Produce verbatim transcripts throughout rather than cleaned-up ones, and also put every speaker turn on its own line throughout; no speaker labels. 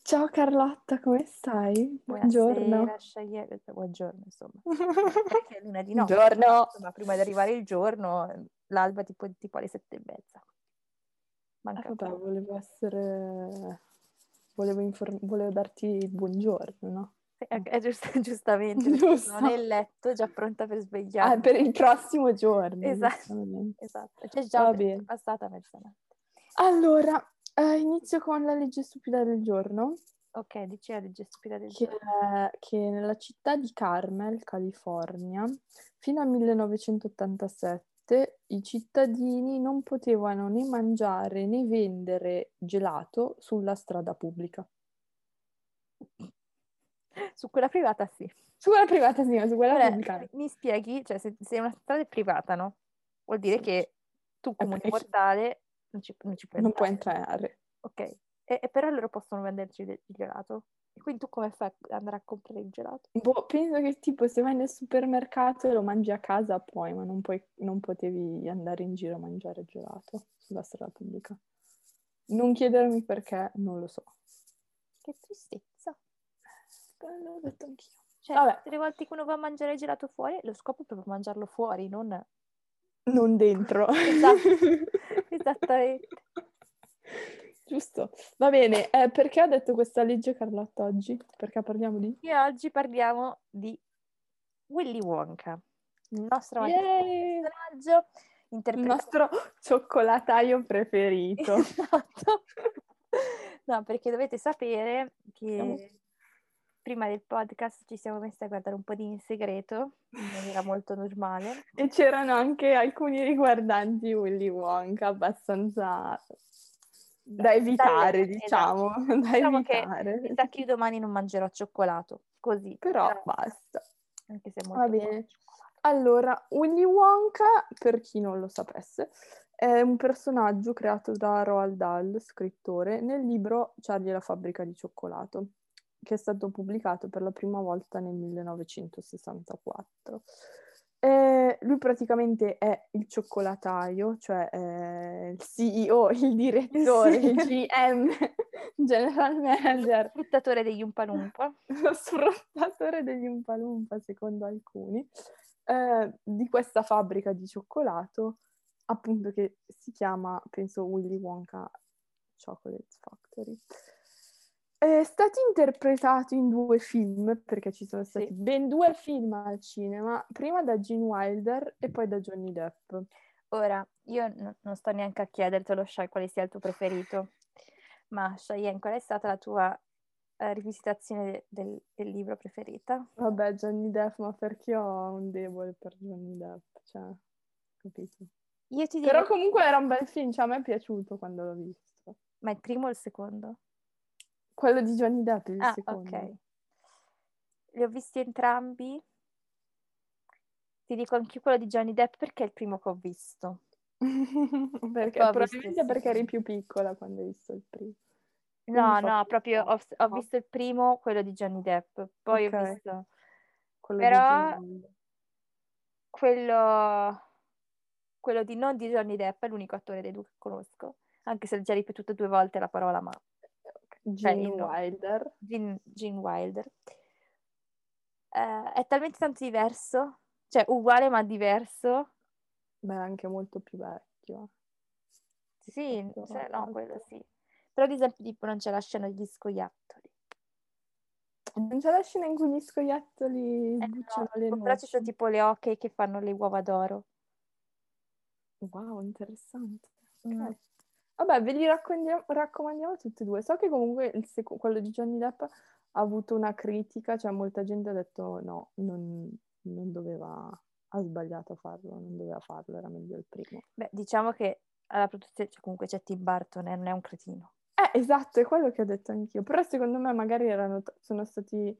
Ciao Carlotta, come stai? Buongiorno.
Buonasera, Cheyenne. Buongiorno, insomma. Perché è lunedì notte,
Buongiorno.
ma prima di arrivare il giorno, l'alba tipo, tipo alle sette e mezza.
Ah,
Manca
vabbè,
poco.
volevo essere... Volevo, inform- volevo darti il buongiorno, no?
Sì, è, è giusto- giustamente, perché sono
Giusto.
nel letto già pronta per
Ah,
svegliarmi.
per il prossimo giorno,
Esatto,
giustamente.
esatto. C'è già
Va
perché è
bene.
passata mezzanotte.
Allora, eh, inizio con la legge stupida del giorno,
Ok, dici la legge stupida del
che,
giorno.
è che nella città di Carmel, California, fino al millenovecentottantasette i cittadini non potevano né mangiare né vendere gelato sulla strada pubblica.
Su quella privata sì.
Su quella privata sì, ma su quella
Ora,
pubblica
mi,
no.
mi spieghi, cioè se, se una strada è privata, no? Vuol dire
Sì.
che tu
E
comune
perché chi-
mortale non ci, non ci puoi
non può
entrare.
entrare.
Ok, e, e però loro possono venderci il il gelato. E quindi tu come fai ad andare a comprare il gelato?
Boh, penso che tipo se vai nel supermercato e lo mangi a casa puoi, ma non puoi, non potevi andare in giro a mangiare gelato sulla strada pubblica. Non chiedermi perché, non lo so.
Che tristezza.
Eh, L'ho detto anch'io.
Cioè,
Vabbè,
tutte le volte che uno va a mangiare il gelato fuori, lo scopo è proprio mangiarlo fuori, non...
non dentro.
Esatto, esattamente.
Giusto. Va bene, eh, perché ha detto questa legge Carlotta oggi? Perché parliamo di...
E oggi parliamo di Willy Wonka, il nostro amatissimo
Yay!
personaggio,
Il
interpretato...
nostro cioccolataio preferito.
Esatto. No, perché dovete sapere
Siamo-
che prima del podcast ci siamo messi a guardare un po' di In Segreto, in maniera molto normale.
E c'erano anche alcuni riguardanti Willy Wonka, abbastanza
Da,
da
da
evitare,
lei, esatto.
diciamo, da
Diciamo che mi
evitare.
sa che io domani non mangerò cioccolato, così,
Però
però,
basta.
anche se è
Va
molto buono il
bene.
cioccolato.
Allora, Willy Wonka, per chi non lo sapesse, è un personaggio creato da Roald Dahl, scrittore, nel libro Charlie e la fabbrica di cioccolato, che è stato pubblicato per la prima volta nel millenovecentosessantaquattro. Eh, lui praticamente è il cioccolataio, cioè eh, il C E O, il direttore,
Sì.
il G M, General
Lo
Manager,
sfruttatore degli Umpa Lumpa.
lo sfruttatore degli Umpa Lumpa, secondo alcuni, eh, di questa fabbrica di cioccolato, appunto che si chiama, penso, Willy Wonka Chocolate Factory. È stato interpretato in due film, perché ci sono stati
Sì.
ben due film al cinema, prima da Gene Wilder e poi da Johnny Depp.
Ora, io n- non sto neanche a chiedertelo, Shai, quale sia il tuo preferito, ma Cheyenne, qual è stata la tua eh, rivisitazione de- del, del libro preferita?
Vabbè, Johnny Depp, ma perché ho un debole per Johnny Depp, cioè, capito?
Io ti
Però
devo
comunque
dire,
era un bel film, cioè a me è piaciuto quando l'ho visto.
ma il primo o il secondo?
Quello di Johnny Depp, il
Ah, ok.
secondo.
Li ho visti entrambi. Ti dico anche quello di Johnny Depp perché è il primo che ho visto. E poi
Perché,
ho visto il
probabilmente perché eri
secondo.
più piccola quando hai visto il primo. Quindi
No,
fa
no,
più
proprio ho,
effetto.
ho
No.
visto il primo, quello di Johnny Depp. Poi ho
Ok,
visto...
quello di Gene
Però
Wilder.
quello... quello di non di Johnny Depp è l'unico attore dei due che conosco. Anche se ho già ripetuto due volte la parola ma. Cioè
Gene
il nome.
Wilder.
Gene, Gene Wilder. Eh, è talmente tanto diverso. Cioè uguale ma diverso.
Beh, è anche molto più vecchio
Sì,
rispetto
se- no, quello
all'altro.
sì. Però ad esempio tipo non c'è la scena degli scoiattoli.
Non c'è la scena in cui gli scoiattoli
Eh
sbucciano
no,
le
tipo, però ci sono
noci.
tipo le oche che fanno le uova d'oro.
Wow, interessante.
Mm.
Ok. Vabbè, ve li raccomandiamo, raccomandiamo tutti e due. So che comunque il seco- quello di Johnny Depp ha avuto una critica, cioè molta gente ha detto no, non, non doveva, ha sbagliato a farlo, non doveva farlo, era meglio il primo.
Beh, diciamo che alla produzione cioè, comunque c'è Tim Burton e non è un cretino.
Eh, esatto, è quello che ho detto anch'io. Però secondo me magari erano, t- sono stati,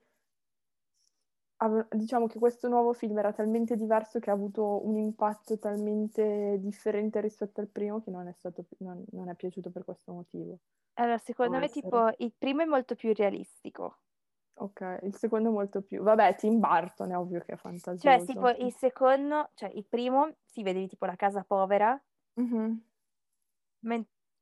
ave- diciamo che questo nuovo film era talmente diverso che ha avuto un impatto talmente differente rispetto al primo che non è stato, non, non è piaciuto per questo motivo.
Allora,
Può
secondo me
essere.
tipo il primo è molto più realistico.
Ok, il secondo è molto più... Vabbè, Tim Burton è ovvio che è
Cioè, tipo
fantasioso.
il secondo, cioè il primo si vede tipo la casa povera,
Mhm.
men-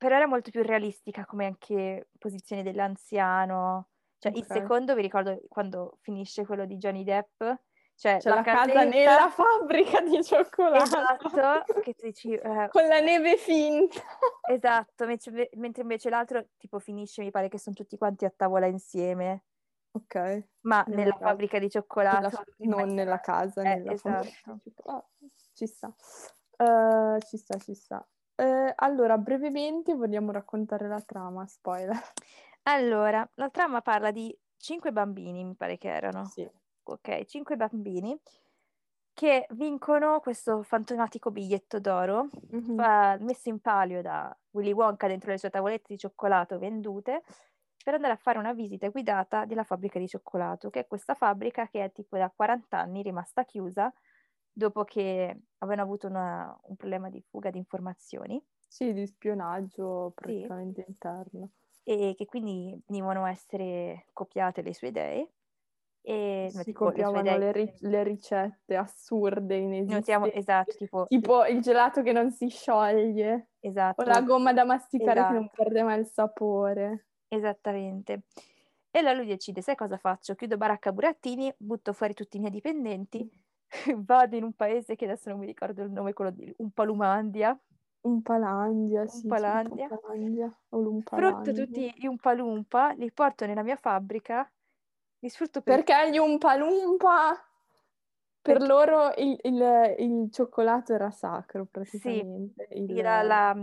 però era molto più realistica come anche posizione dell'anziano. Cioè il
Ok.
secondo, mi ricordo quando finisce quello di Johnny Depp, cioè
C'è
la
la casa
casetta,
nella fabbrica di cioccolato.
esatto, che tu dici, eh,
Con la neve finta.
esatto, invece- mentre invece l'altro tipo finisce, mi pare che sono tutti quanti a tavola insieme,
Ok.
ma
Nella
nella
casa.
fabbrica di
Nella
cioccolato
fa-
in
non nella
maniera...
casa,
Eh,
nella fabbrica di
esatto.
cioccolato. Ah, ci sta. Eh, ci sta, ci sta. Eh, allora, brevemente vogliamo raccontare la trama, spoiler.
Allora, la trama parla di cinque bambini, mi pare che erano.
Sì.
Ok, cinque bambini che vincono questo fantomatico biglietto d'oro,
Mhm.
fa- messo in palio da Willy Wonka dentro le sue tavolette di cioccolato vendute, per andare a fare una visita guidata della fabbrica di cioccolato, che è questa fabbrica che è tipo da quaranta anni rimasta chiusa dopo che avevano avuto una- un problema di fuga di informazioni.
Sì, di spionaggio
Sì,
praticamente interno.
e che quindi venivano a essere copiate le sue idee, e no,
Si
tipo le sue
copiavano
idee,
le, ri- le ricette assurde,
notiamo,
inesistenti,
esatto, tipo,
tipo il gelato che non si scioglie, o
esatto,
la gomma da masticare che non
esatto,
perde mai il sapore.
esattamente. E allora lui decide, sai cosa faccio? Chiudo baracca burattini, butto fuori tutti i miei dipendenti, vado in un paese che adesso non mi ricordo il nome, quello di Umpalumandia,
Umpalandia, sì, tipo
Umpalandia,
Umpalandia o
sfrutto
l'Umpalandia.
tutti gli Umpalumpa, li porto nella mia fabbrica, li sfrutto per...
Perché gli Umpalumpa, per
perché
loro il, il- il cioccolato era sacro
sì,
praticamente. Il...
la, la-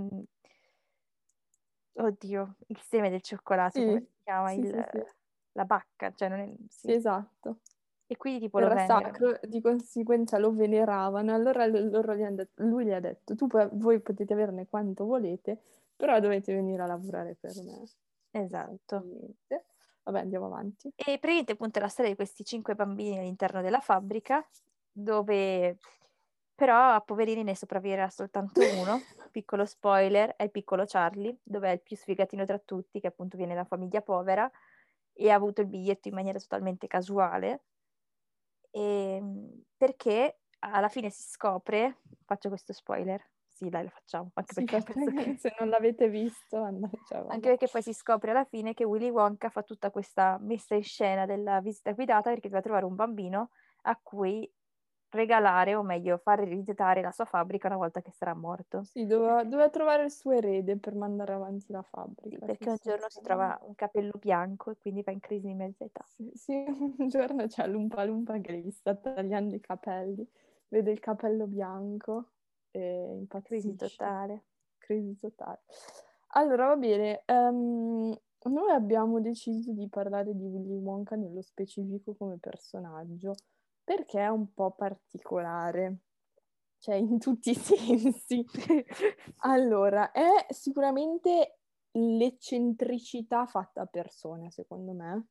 oddio, il seme del cioccolato, come
Sì,
si chiama?
sì,
Il,
sì, sì,
la bacca, cioè non è,
sì,
sì.
esatto.
E quindi tipo lo
Era
venerano.
sacro, di conseguenza lo veneravano. Allora l- loro gli han detto- lui gli ha detto, tu puoi- voi potete averne quanto volete, però dovete venire a lavorare per me.
Esatto.
Sostanzialmente. Vabbè, andiamo avanti.
E praticamente appunto è la storia di questi cinque bambini all'interno della fabbrica, dove però a poverini ne sopravviverà soltanto uno. Piccolo spoiler, è il piccolo Charlie, dove è il più sfigatino tra tutti, che appunto viene da famiglia povera e ha avuto il biglietto in maniera totalmente casuale. E, perché alla fine si scopre, faccio questo spoiler, sì dai lo facciamo, anche
Sì,
perché
perché
penso che...
se non l'avete visto, andate, cioè,
Anche
vabbè.
perché poi si scopre alla fine che Willy Wonka fa tutta questa messa in scena della visita guidata perché deve trovare un bambino a cui regalare, o meglio, far rivisitare la sua fabbrica una volta che sarà morto.
Sì, doveva, doveva trovare il suo erede per mandare avanti la
Sì,
fabbrica,
perché un giorno si
sostanzialmente.
trova un capello bianco e quindi va in crisi di mezza età.
Sì, sì, un giorno c'è l'Umpa Lumpa che gli sta tagliando i capelli, vede il capello bianco e
Crisi
impazzisce.
totale.
Crisi totale. Allora, va bene, ehm, noi abbiamo deciso di parlare di Willy Wonka nello specifico come personaggio, perché è un po' particolare, cioè in tutti i sensi. Allora, è sicuramente l'eccentricità fatta a persona, secondo me.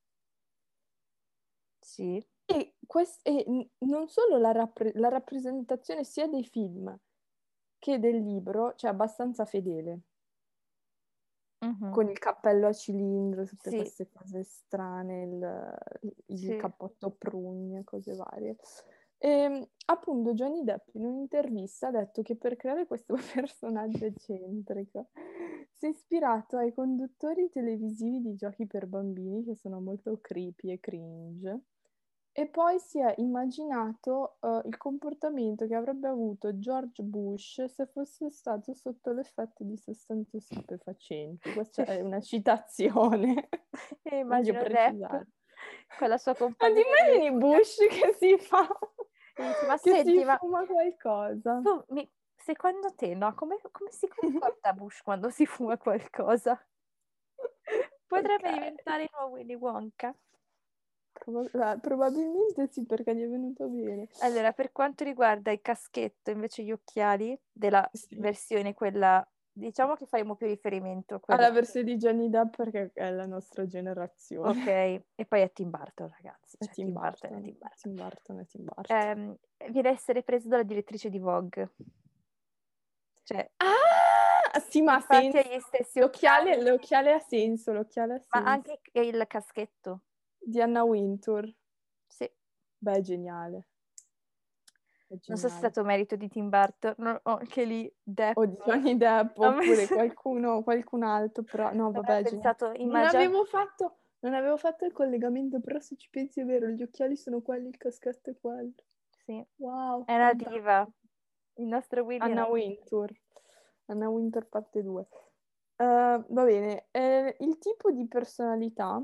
Sì.
E, quest- e n- non solo la, rappre- la rappresentazione sia dei film che del libro, cioè abbastanza fedele,
Mhm.
con il cappello a cilindro, tutte
Sì,
queste cose strane, il, il
sì.
cappotto prugne, cose varie. E, appunto, Johnny Depp in un'intervista ha detto che per creare questo personaggio eccentrico si è ispirato ai conduttori televisivi di giochi per bambini che sono molto creepy e cringe. E poi si è immaginato eh, il comportamento che avrebbe avuto George Bush se fosse stato sotto l'effetto di sostanze stupefacenti. Questa
Cioè,
è una citazione,
e
voglio
immagino Depp
precisare.
con la sua
Ma ti
compagnia di
immagini
epoca
Bush che si fa,
e dice, ma
che si
senti, ma
fuma qualcosa?
tu, mi- secondo te, no? Come, come si comporta Bush quando si fuma qualcosa?
Ok,
Potrebbe diventare il nuovo Willy Wonka.
Proba- eh, probabilmente sì, perché gli è venuto bene.
Allora, per quanto riguarda il caschetto, invece gli occhiali della
Sì.
versione quella, diciamo che faremo più riferimento a
Alla
quella,
versione di Johnny Depp perché è la nostra generazione.
ok, e poi è Tim Burton, ragazzi,
È
cioè
Tim
Tim Burton è
Burton,
Tim Burton.
Tim Burton, è Tim Burton.
Ehm, viene a essere preso dalla direttrice di Vogue, cioè,
Ah, sì, ma ha
infatti ha
senso.
gli stessi
L'occhiale,
occhiali,
l'occhiale ha senso, l'occhiale ha
ma
senso.
anche il caschetto,
Di Anna Wintour.
sì.
Beh, è geniale. È
Non so se è
geniale.
stato merito di Tim Burton, no, o anche lì Depp
O di Johnny Depp,
ha
oppure
messo
qualcuno, qualcun altro, però no,
aveva
vabbè, geniale.
pensato,
Non
immagina,
avevo fatto, non avevo fatto il collegamento, però se ci pensi è vero, gli occhiali sono quelli, il caschetto è quello.
sì,
Wow,
è una diva.
fantastico.
Il nostro Willy
Anna
era...
Wintour. Anna Wintour parte due. Uh, va bene, eh, il tipo di personalità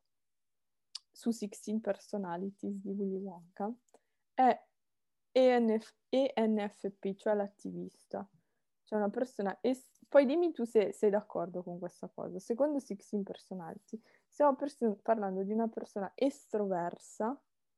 su sedici Personalities di Willy Wonka è E N F- E N F P, cioè l'attivista. Cioè una persona... es- Poi dimmi tu se sei d'accordo con questa cosa. Secondo sedici Personality stiamo pers- parlando di una persona estroversa,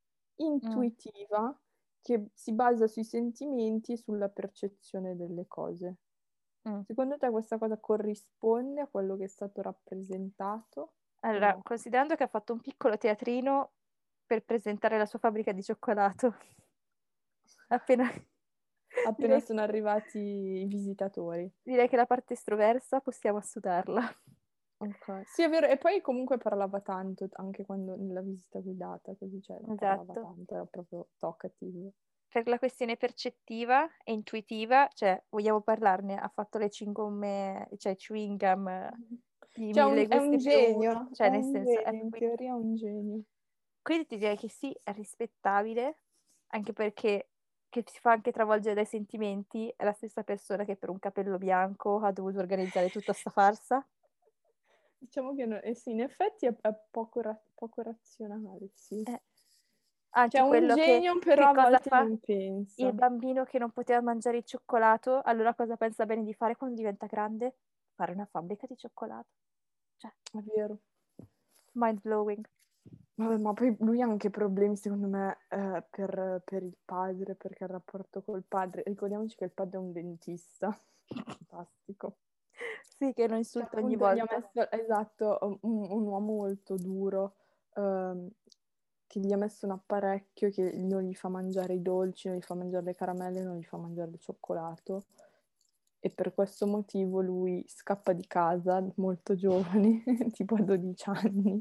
Mm.
intuitiva, che si basa sui sentimenti e sulla percezione delle cose.
Mm.
Secondo te questa cosa corrisponde a quello che è stato rappresentato o
Allora,
no?
considerando che ha fatto un piccolo teatrino per presentare la sua fabbrica di cioccolato, appena...
Appena
direi,
sono arrivati i visitatori.
direi che la parte estroversa possiamo assudarla.
Ok. Sì, è vero, e poi comunque parlava tanto anche quando nella visita guidata, così, cioè, parlava
Esatto.
tanto, era proprio talkative.
Per la questione percettiva e intuitiva, cioè, vogliamo parlarne? Ha fatto le cingomme, cioè chewing gum eh, di
Cioè,
mille
un- è
gusti
un
più uno,
genio, è
cioè, nel
un
senso, è
genio, in
proprio...
teoria è un genio.
Quindi ti direi che sì, è rispettabile, anche perché che si fa anche travolgere dai sentimenti, è la stessa persona che per un capello bianco ha dovuto organizzare tutta sta farsa.
Diciamo che no- eh sì, in effetti è, è poco, ra- poco razionale, sì.
Eh,
Cioè,
anche
un
quello che,
genio, però
che
a
cosa
volte
fa?
non
Il
pensa.
bambino che non poteva mangiare il cioccolato, allora cosa pensa bene di fare quando diventa grande? Fare una fabbrica di cioccolato. Cioè,
È vero.
mind blowing.
Vabbè, ma poi lui ha anche problemi, secondo me, eh, per, per il padre, perché il rapporto col padre... Ricordiamoci che il padre è un dentista. Fantastico.
Sì, che lo
Che
insulta ogni
appunto gli ha
volta.
messo, esatto, un, un uomo molto duro, ehm, che gli ha messo un apparecchio che non gli fa mangiare i dolci, non gli fa mangiare le caramelle, non gli fa mangiare il cioccolato. E per questo motivo lui scappa di casa molto giovane, tipo a dodici anni.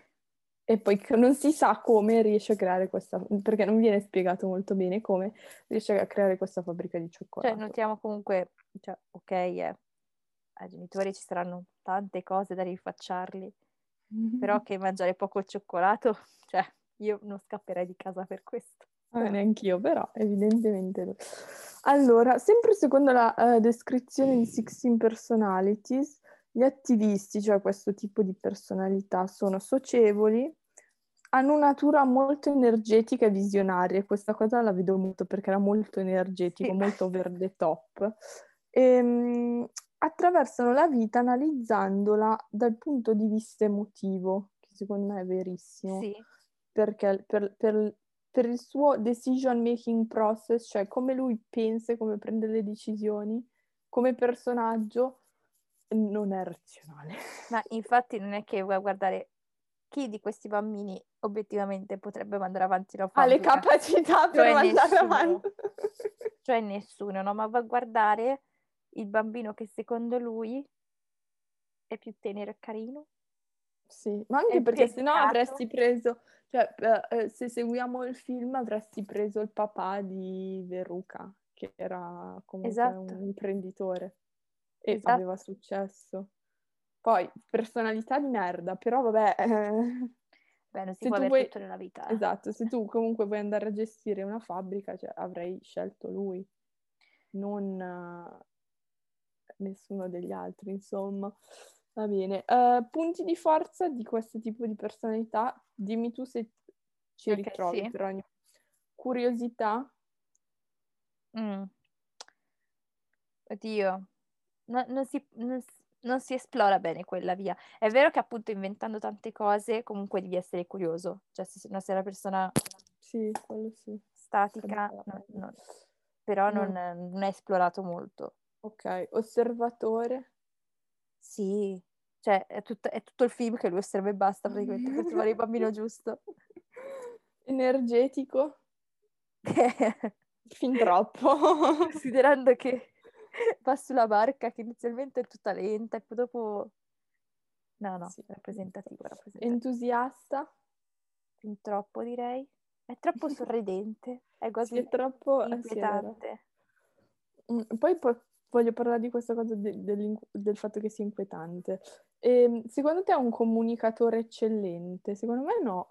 E poi che non si sa come riesce a creare questa, perché non viene spiegato molto bene come riesce a creare questa fabbrica di
Cioè,
cioccolato.
notiamo comunque, cioè, ok, eh, ai genitori ci saranno tante cose da rinfacciarli, però che mangiare poco il cioccolato, cioè, io non scapperei di casa per questo.
Ah,
Però,
neanch'io, però evidentemente no. Allora, sempre secondo la eh, descrizione di sedici Personalities, gli attivisti, cioè questo tipo di personalità, sono socievoli, hanno una natura molto energetica e visionaria. Questa cosa la vedo molto perché era molto energetico,
sì,
molto over the top. Ehm, attraversano la vita analizzandola dal punto di vista emotivo, che secondo me è verissimo,
sì,
perché per, per- per il suo decision making process, cioè come lui pensa e come prende le decisioni, come personaggio, non è razionale.
ma infatti non è che vuoi guardare chi di questi bambini obiettivamente potrebbe mandare avanti la
Ha le
fabbrica.
capacità per
Cioè
mandare
nessuno,
avanti.
cioè nessuno, no? Ma va a guardare il bambino che secondo lui è più tenero e carino,
Sì, ma
è
anche
più
perché se no
educato.
avresti preso, cioè eh, eh, se seguiamo il film avresti preso il papà di Veruca, che era comunque
Esatto,
un imprenditore e aveva
esatto.
successo. Poi, personalità di merda, però vabbè, eh,
Beh, non si
se
può
tu
avere
vuoi,
tutto nella vita. Eh.
esatto, se tu comunque vuoi andare a gestire una fabbrica, cioè, avrei scelto lui, non eh, nessuno degli altri, insomma. Va bene. Eh, punti di forza di questo tipo di personalità, dimmi tu se ci
Ok,
ritrovi,
sì.
però curiosità,
Mm. Oddio, No- non si, non s- non si esplora bene quella via. È vero che appunto inventando tante cose comunque devi essere curioso, cioè se no sei una persona
sì, quello sì,
statica,
caduta la
no-
pelle.
no- però non,
Non-
non è esplorato molto.
Ok, osservatore.
Sì, cioè è, tut- è tutto il film che lui osserva e basta praticamente per trovare il bambino giusto.
Energetico, fin troppo.
Considerando che va sulla barca che inizialmente è tutta lenta e poi dopo... No, no,
Sì.
rappresentativo, rappresentativo.
Entusiasta,
Fin troppo direi. È troppo sorridente, è
Sì,
quasi
è troppo... eh, sì, è vero.
inquietante.
Mm, Poi, poi voglio parlare di questa cosa de- dell'in- del fatto che sia inquietante. Ehm, secondo te è un comunicatore eccellente? Secondo me no.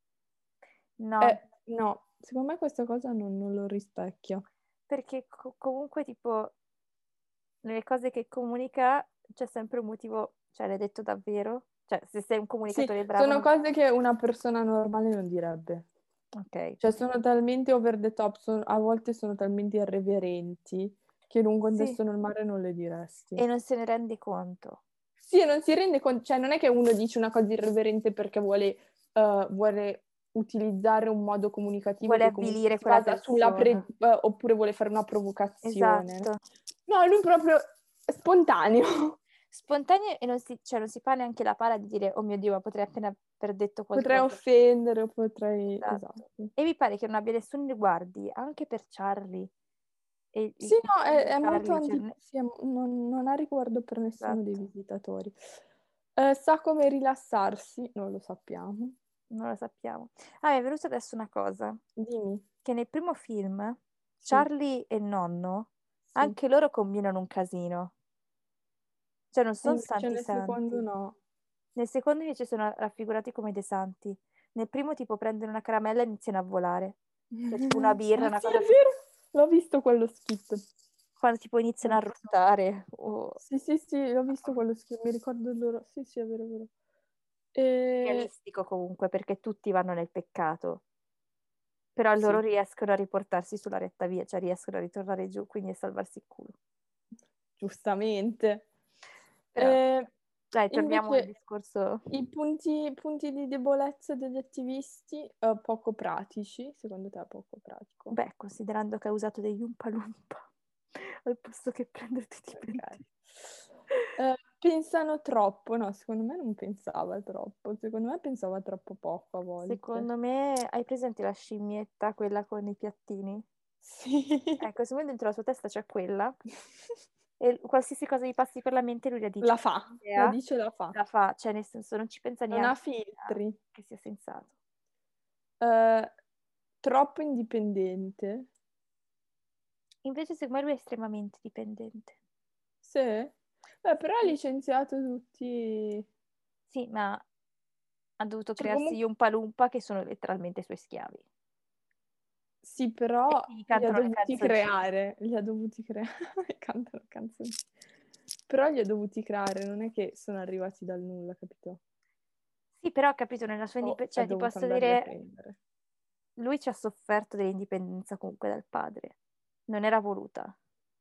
No,
Eh, no, secondo me questa cosa non, non lo rispecchia.
perché co- comunque tipo nelle cose che comunica c'è sempre un motivo, cioè l'hai detto davvero? Cioè se sei un
Sì,
comunicatore bravo
sono
non...
cose che una persona normale non direbbe.
Ok.
Cioè sono talmente over the top, son- a volte sono talmente irreverenti che in un
Sì,
contesto normale non le diresti.
e non se ne rende conto.
Sì, e non si rende conto, cioè non è che uno dice una cosa irreverente perché vuole, eh, vuole utilizzare un modo comunicativo
Vuole
che comunque
avvilire
si
quella
basa sulla pre-
persona.
eh, oppure vuole fare una provocazione.
Esatto.
No, lui proprio è spontaneo.
Spontaneo e non si, cioè, non si fa neanche la pala di dire oh mio Dio, ma potrei appena aver detto
Potrei
qualcosa.
offendere, potrei...
Esatto.
Esatto.
E mi pare che non abbia nessun riguardi anche per Charlie. E il
Sì, no,
cugino
è,
di
è molto
Charlie, cioè,
anti...
non è-
sì, è- non, non ha riguardo per nessuno dei
esatto,
visitatori. Eh, sa come rilassarsi? Non lo sappiamo.
non lo sappiamo. Ah, mi è venuta adesso una cosa,
Dimmi.
che nel primo film
Sì,
Charlie e il nonno,
sì.
anche loro combinano un casino. Cioè non
E
sono
invece
santi
nel secondo
santi.
no.
Nel secondo invece sono raffigurati come dei santi. Nel primo tipo prendono una caramella e iniziano a volare. Cioè tipo una birra,
Ah
una
sì,
cosa
è
così.
vero. L'ho visto quello skit.
Quando tipo iniziano a
Esatto.
ruttare. o-
Sì, sì, sì, l'ho visto quello skit. Mi ricordo il loro... Sì, sì, è vero, è vero. E...
Realistico comunque perché tutti vanno nel peccato. Però loro
Sì,
riescono a riportarsi sulla retta via, cioè riescono a ritornare giù, quindi a salvarsi il culo.
giustamente.
Però,
Eh,
dai, torniamo al
invece
discorso.
i punti, punti di debolezza degli attivisti, eh, poco pratici, secondo te è poco pratico?
Beh, considerando che ha usato degli Umpa Lumpa al posto che prenderti di
Ok.
pentire.
Eh, pensano troppo, no, secondo me non pensava troppo, secondo me pensava troppo poco a volte.
Secondo me, hai presente la scimmietta, quella con i piattini?
Sì.
Ecco, secondo me dentro la sua testa c'è quella, e qualsiasi cosa gli passi per la mente lui la dice,
La fa, la
idea,
dice e la fa.
la fa, cioè nel senso non ci pensa
Non ha
neanche
filtri.
che sia sensato.
Eh, troppo indipendente.
Invece secondo me lui è estremamente dipendente.
Sì? Beh, però ha
Sì,
licenziato tutti...
sì, ma ha dovuto
Cioè,
crearsi gli
comunque...
Umpa Lumpa che sono letteralmente i suoi schiavi
Sì,
e
però
che gli
li ha
cantano le
dovuti
canzoncine.
creare, li ha dovuti creare, cantano canzoni. Però li ha dovuti creare, non è che sono arrivati dal nulla, capito?
Sì, però ho capito, nella sua
O
indipendenza,
è
cioè ti
dovuto
posso
andarli a
dire,
prendere.
lui ci ha sofferto dell'indipendenza comunque dal padre, non era voluta.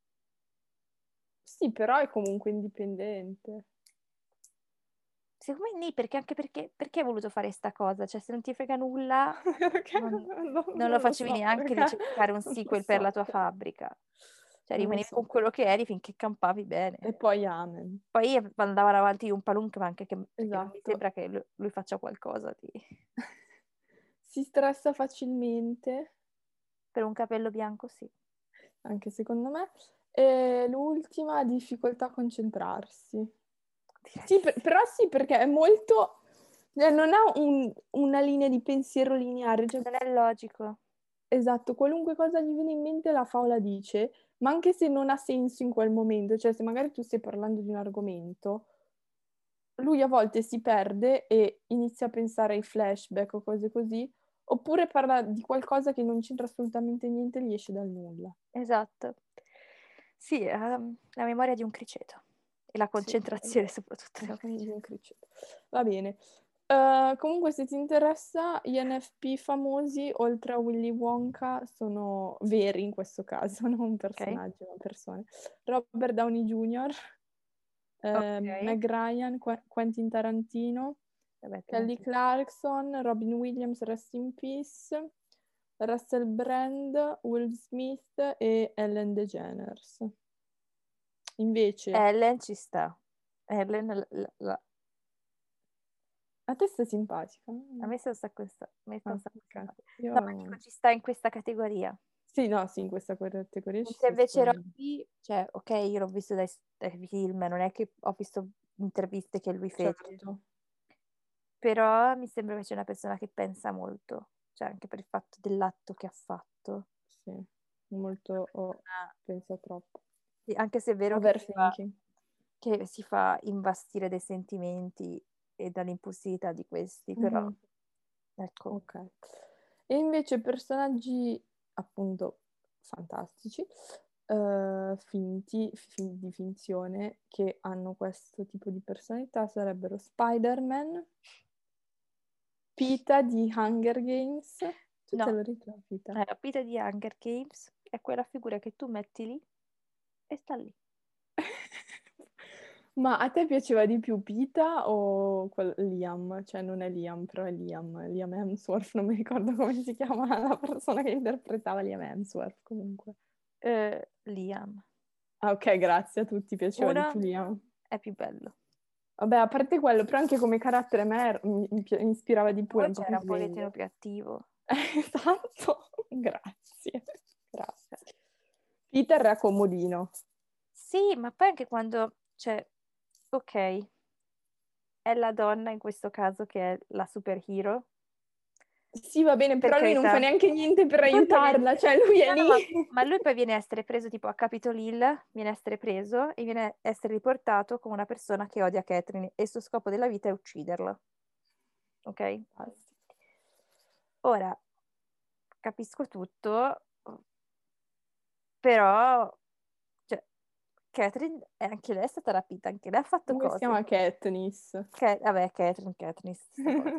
Sì, però è comunque indipendente.
Secondo me nì, perché anche perché, perché hai voluto fare sta cosa? Cioè, se non ti frega nulla,
Perché
non,
non,
non lo
non lo
facevi
so,
neanche di
perché
cercare un
non lo
sequel per
so,
la tua fabbrica. Cioè,
non lo
rimanevi
so.
con quello che eri finché campavi bene.
E poi amen.
Poi andavano avanti gli Umpalunk, ma anche che, perché non mi
Esatto.
sembra che lui, lui faccia qualcosa di...
Si stressa facilmente,
Per un capello bianco, sì.
anche secondo me. E l'ultima, difficoltà a concentrarsi.
Direi di
Sì, per-
sì.
però sì, perché è molto... cioè, non ha un- una linea di pensiero lineare. Cioè,
Non è logico.
esatto, qualunque cosa gli viene in mente la fa o la dice, ma anche se non ha senso in quel momento. Cioè, se magari tu stai parlando di un argomento, lui a volte si perde e inizia a pensare ai flashback o cose così, oppure parla di qualcosa che non c'entra assolutamente niente e gli esce dal nulla.
Esatto. Sì, ehm, la memoria di un criceto. E la
Sì,
concentrazione soprattutto di un
di
criceto.
un criceto. Va bene. Eh, comunque, se ti interessa, gli N F P famosi, oltre a Willy Wonka, sono veri in questo caso, non un
Ok?
personaggio, ma persone. Robert Downey junior, eh,
Ok.
Meg Ryan, Qu- Quentin Tarantino,
Vabbè, te non
Kelly
ti-
Clarkson, Robin Williams, Rest in Peace, Russell Brand, Will Smith e Ellen DeGeneres. Invece,
Ellen ci sta. Ellen, la- la- la-
a te sta simpatica?
a
No?
me sta un sacco, sta- a me sta
Ah,
un sacco
ok.
simpatica. No, ma dico,
Io...
ci sta in questa categoria.
Sì, no, sì, in questa categoria ci
Mentre
sta
invece
sicuramente.
Rocky, cioè, ok, io l'ho visto dai, dai film, non è che ho visto interviste che lui fece,
Certo.
però mi sembra invece una persona che pensa molto. cioè anche per il fatto dell'atto che ha fatto.
Sì, molto, oh,
Ah,
pensa troppo.
sì, anche se è vero che si, fa,
Overthinking.
che si fa imbastire dai sentimenti e dall'impulsività di questi, però
Mhm.
ecco.
Ok. E invece personaggi appunto fantastici, eh, finti, fi- di finzione, che hanno questo tipo di personalità sarebbero Spider-Man, Pita di Hunger Games. Tu te
No,
lo ritrovi, Pita?
eh, la Pita di Hunger Games è quella figura che tu metti lì e sta lì.
Ma a te piaceva di più Pita o quel- Liam? Cioè non è Liam, però è Liam. Liam Hemsworth, non mi ricordo come si chiama la persona che interpretava Liam Hemsworth comunque.
Eh, Liam.
Ah, ok, grazie a tutti, piaceva di
Uno
più Liam.
è più bello.
Vabbè, a parte quello, però anche come carattere a me er- mi, mi pi- mi ispirava di più, era
Due
un po' più
c'era un pochettino
sveglio.
più attivo.
Esatto, grazie, grazie. Peter era comodino.
Sì, ma poi anche quando, cioè, ok, è la donna in questo caso che è la superhero,
Sì, va bene,
per
però lui non fa
carità.
neanche niente per
Poi poi viene-
aiutarla, cioè lui è
no, no,
lì.
ma, ma lui poi viene a essere preso tipo a Capitol Hill, viene a essere preso e viene a essere riportato come una persona che odia Catherine e il suo scopo della vita è ucciderla. Ok? Ora, capisco tutto, però, cioè, Catherine, è anche lei è stata rapita, anche lei ha fatto
Come si
cose.
chiama Katniss?
Che, vabbè, Catherine, Catherine, stessa cosa.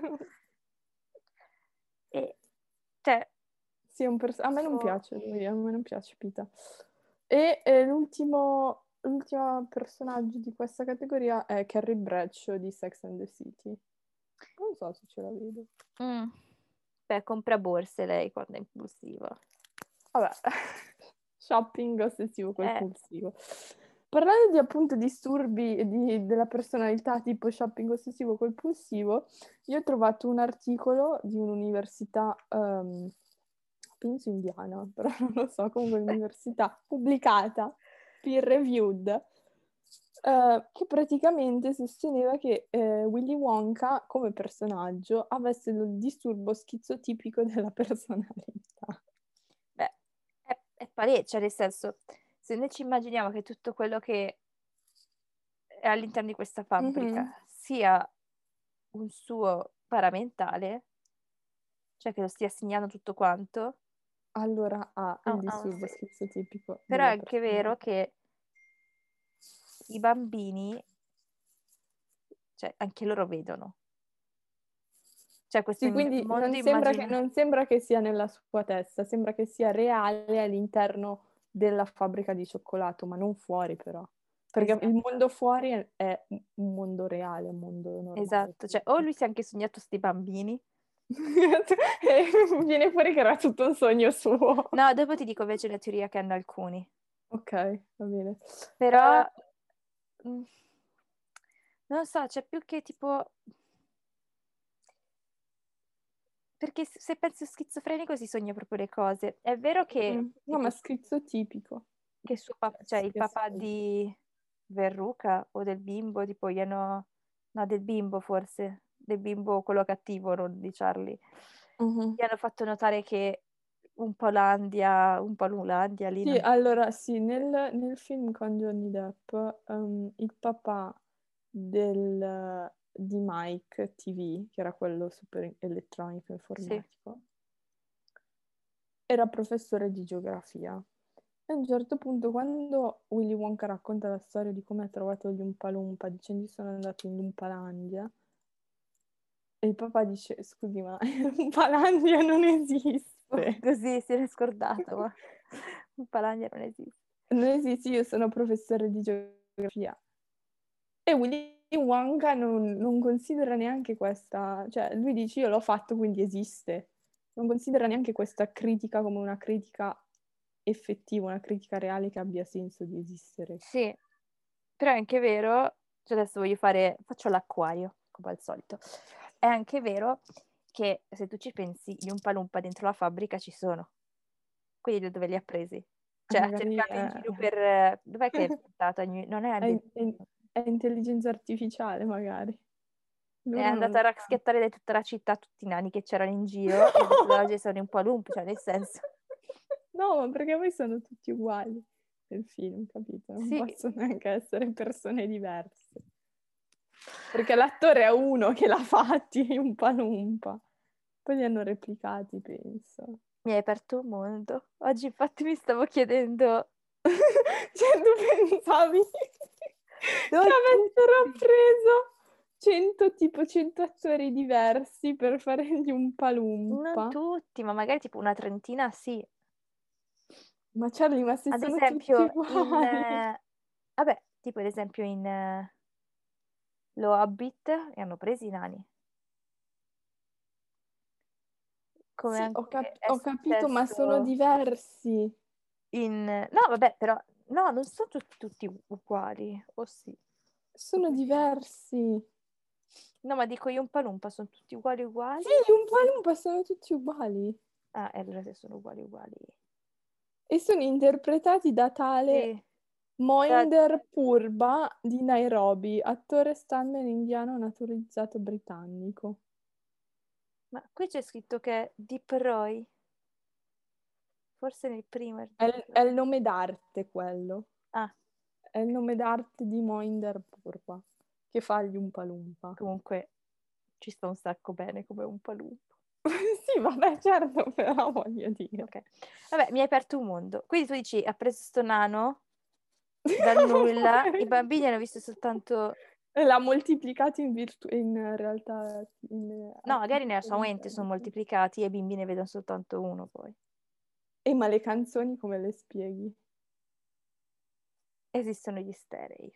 E, cioè,
Sì, è un pers- a me non
oh,
piace lui, a me non piace Pita. E eh, l'ultimo l'ultimo personaggio di questa categoria è Carrie Bradshaw di Sex and the City. Non so se ce la vedo.
mm, beh, compra borse lei quando è impulsiva.
Vabbè, shopping ossessivo
Eh,
compulsivo. Parlando di appunto disturbi e di- della personalità tipo shopping ossessivo compulsivo, io ho trovato un articolo di un'università, ehm, penso indiana, però non lo so, comunque un'università pubblicata, peer reviewed, eh, che praticamente sosteneva che eh, Willy Wonka come personaggio avesse il disturbo schizotipico della personalità.
beh, è, è palese, cioè nel senso, se noi ci immaginiamo che tutto quello che è all'interno di questa fabbrica
Mhm.
sia un suo paramentale, cioè che lo stia segnando tutto quanto,
Allora ha il
ha, ha un
disturbo
senso.
schizotipico
Però è
della
anche vero
personalità.
che i bambini, cioè anche loro vedono. Cioè questo
Sì,
im-
quindi
mondo
non sembra che,
immaginario.
non sembra che sia nella sua testa, sembra che sia reale all'interno della fabbrica di cioccolato, ma non fuori però. Perché il
Esatto,
mondo fuori è, è un mondo reale, un mondo normale.
esatto. Cioè, o lui si è anche sognato sti bambini.
E viene fuori che era tutto un sogno suo.
No, dopo ti dico invece la teoria che hanno alcuni.
Ok, va bene.
Però,
Eh,
mm, non so, c'è più che tipo... Perché se se pensi schizofrenico si sogna proprio le cose. È vero che,
mm, no, ma
tipo,
schizotipico.
che suo papà,
Cioè,
cioè
sì,
il
che
papà
sogno.
di Verruca o del bimbo, tipo, gli hanno... No, del bimbo forse. Del bimbo quello cattivo, non di Charlie.
Mhm.
Gli hanno fatto notare che un po' l'Andia, un po' l'Ulandia lì
Sì,
non...
allora sì, nel, nel film con Johnny Depp, ehm, il papà del- di Mike T V, che era quello super elettronico
Sì.
informatico, era professore di geografia. E a un certo punto, quando Willy Wonka racconta la storia di come ha trovato gli Umpa Lumpa, dicendo sono andato in Lumpalandia, e il papà dice, scusi, ma Lumpalandia non
Oh,
esiste.
così si è scordato, ma un palagno non esiste.
Non esiste, io sono professore di geografia. E Willy Wonka non, non considera neanche questa, cioè lui dice io l'ho fatto quindi esiste, non considera neanche questa critica come una critica effettiva, una critica reale che abbia senso di esistere.
Sì, però è anche vero, cioè adesso voglio fare, faccio l'acquario, come al solito. È anche vero che se tu ci pensi, gli Umpa Lumpa dentro la fabbrica ci sono. Quindi da dove li ha presi?
E
Cioè ha
magari
cercato in
è,
giro per... eh, Dov'è che è portata? Non è a
è-
New-
è- è intelligenza artificiale, magari.
è andato a raschiattare da tutta la città tutti i nani che c'erano in giro e ha detto "No, oggi sono un po' lump", cioè nel senso...
No, ma perché poi sono tutti uguali nel film, capito? Non
Sì.
possono neanche essere persone diverse. Perché l'attore è uno che l'ha fatti, è un palumpa. Poi li hanno replicati, penso.
Mi hai aperto un mondo. Oggi infatti mi stavo chiedendo...
Cioè, tu pensavi
Non
che avessero
tutti.
preso cento, tipo cento attori diversi per fargli un
Non
palumpa?
tutti, ma magari tipo una trentina sì.
Ma Charlie, ma se
Ad
sono tutti
esempio in...
uguali?
eh, vabbè, tipo ad esempio in eh, Lo Hobbit e hanno presi i nani. Come
Sì, ho,
anche
cap-
è
ho capito, ma sono
successo
diversi.
in... No, vabbè, però... No, non sono tutti, tutti uguali. O sì.
Sono diversi.
No, ma dico io un palumpa, sono tutti uguali uguali?
Sì, un palumpa sono tutti uguali.
Ah, e allora se sono uguali uguali.
E sono interpretati da tale
Sì. Da-
Mohinder Purba di Nairobi, attore stuntman indiano naturalizzato britannico.
Ma qui c'è scritto che è Deep Roy. Forse nel primo è
È,
Deep
il- è
Roy.
il nome d'arte quello.
Ah,
È il nome d'arte di Mohinder Purba, che fa gli Umpa Lumpa.
comunque ci sta un sacco bene come un palumpa.
Sì, vabbè, certo, però voglio dire.
Ok. Vabbè, mi hai aperto un mondo. Quindi tu dici, ha preso sto nano dal nulla, i bambini hanno visto soltanto...
L'ha moltiplicato in, virtu- in realtà in
No, magari nella sua
artificial
mente sono
intelligence.
moltiplicati e i bimbi ne vedono soltanto uno poi.
E ma le canzoni come le spieghi?
Esistono gli sterei.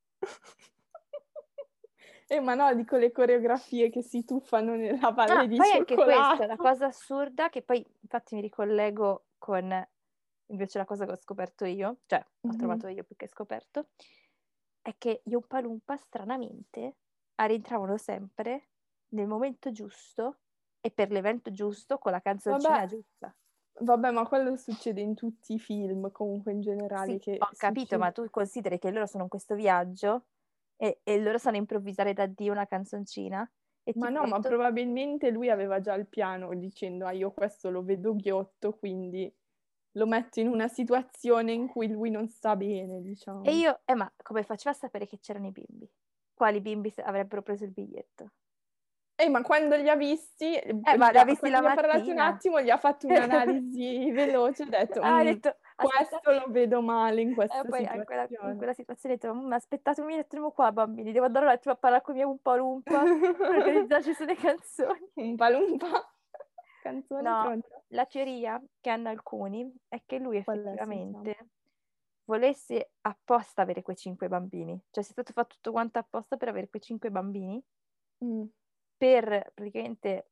E ma no, dico le coreografie che si tuffano nella valle
Ah,
di
poi anche questa, la
cioccolato.
cosa assurda, che poi infatti mi ricollego con invece la cosa che ho scoperto io, cioè ho
Mhm.
trovato io più che scoperto, è che gli Oompa Loompa stranamente rientravano sempre nel momento giusto e per l'evento giusto con la canzoncina
Vabbè,
giusta.
vabbè, ma quello succede in tutti i film, comunque in generale,
Sì,
che
ho capito, ma
succede.
tu consideri che loro sono in questo viaggio e, e loro sanno improvvisare da Dio una canzoncina e ti
Ma no, ma
porto...
probabilmente lui aveva già il piano dicendo, ah, io questo lo vedo ghiotto, quindi lo metto in una situazione in cui lui non sta bene,
E
diciamo.
io, eh, ma come faceva a sapere che c'erano i bimbi? Quali bimbi se- avrebbero preso il biglietto?
Eh, ma quando li ha visti,
Eh, ma
gli
li ha
ha-
visti
quando
la
gli ha parlato un
mattina.
attimo, gli ha fatto un'analisi veloce, ha detto,
Ah, ha
"Mm,
detto,
questo
aspettate.
lo vedo male in
E
questa
poi in quella, in
situazione."
quella situazione ho detto, "Mm, aspettatemi un attimo qua, bambini, devo andare un attimo a parlare con i miei Umpa Lumpa per organizzarci sulle canzoni."
Un palumpa. Canzone
No,
pronta.
la teoria che hanno alcuni è che lui
Qual è, sentiamo?
effettivamente volesse apposta avere quei cinque bambini. Cioè, sia stato fatto tutto quanto apposta per avere quei cinque bambini,
Mm.
per praticamente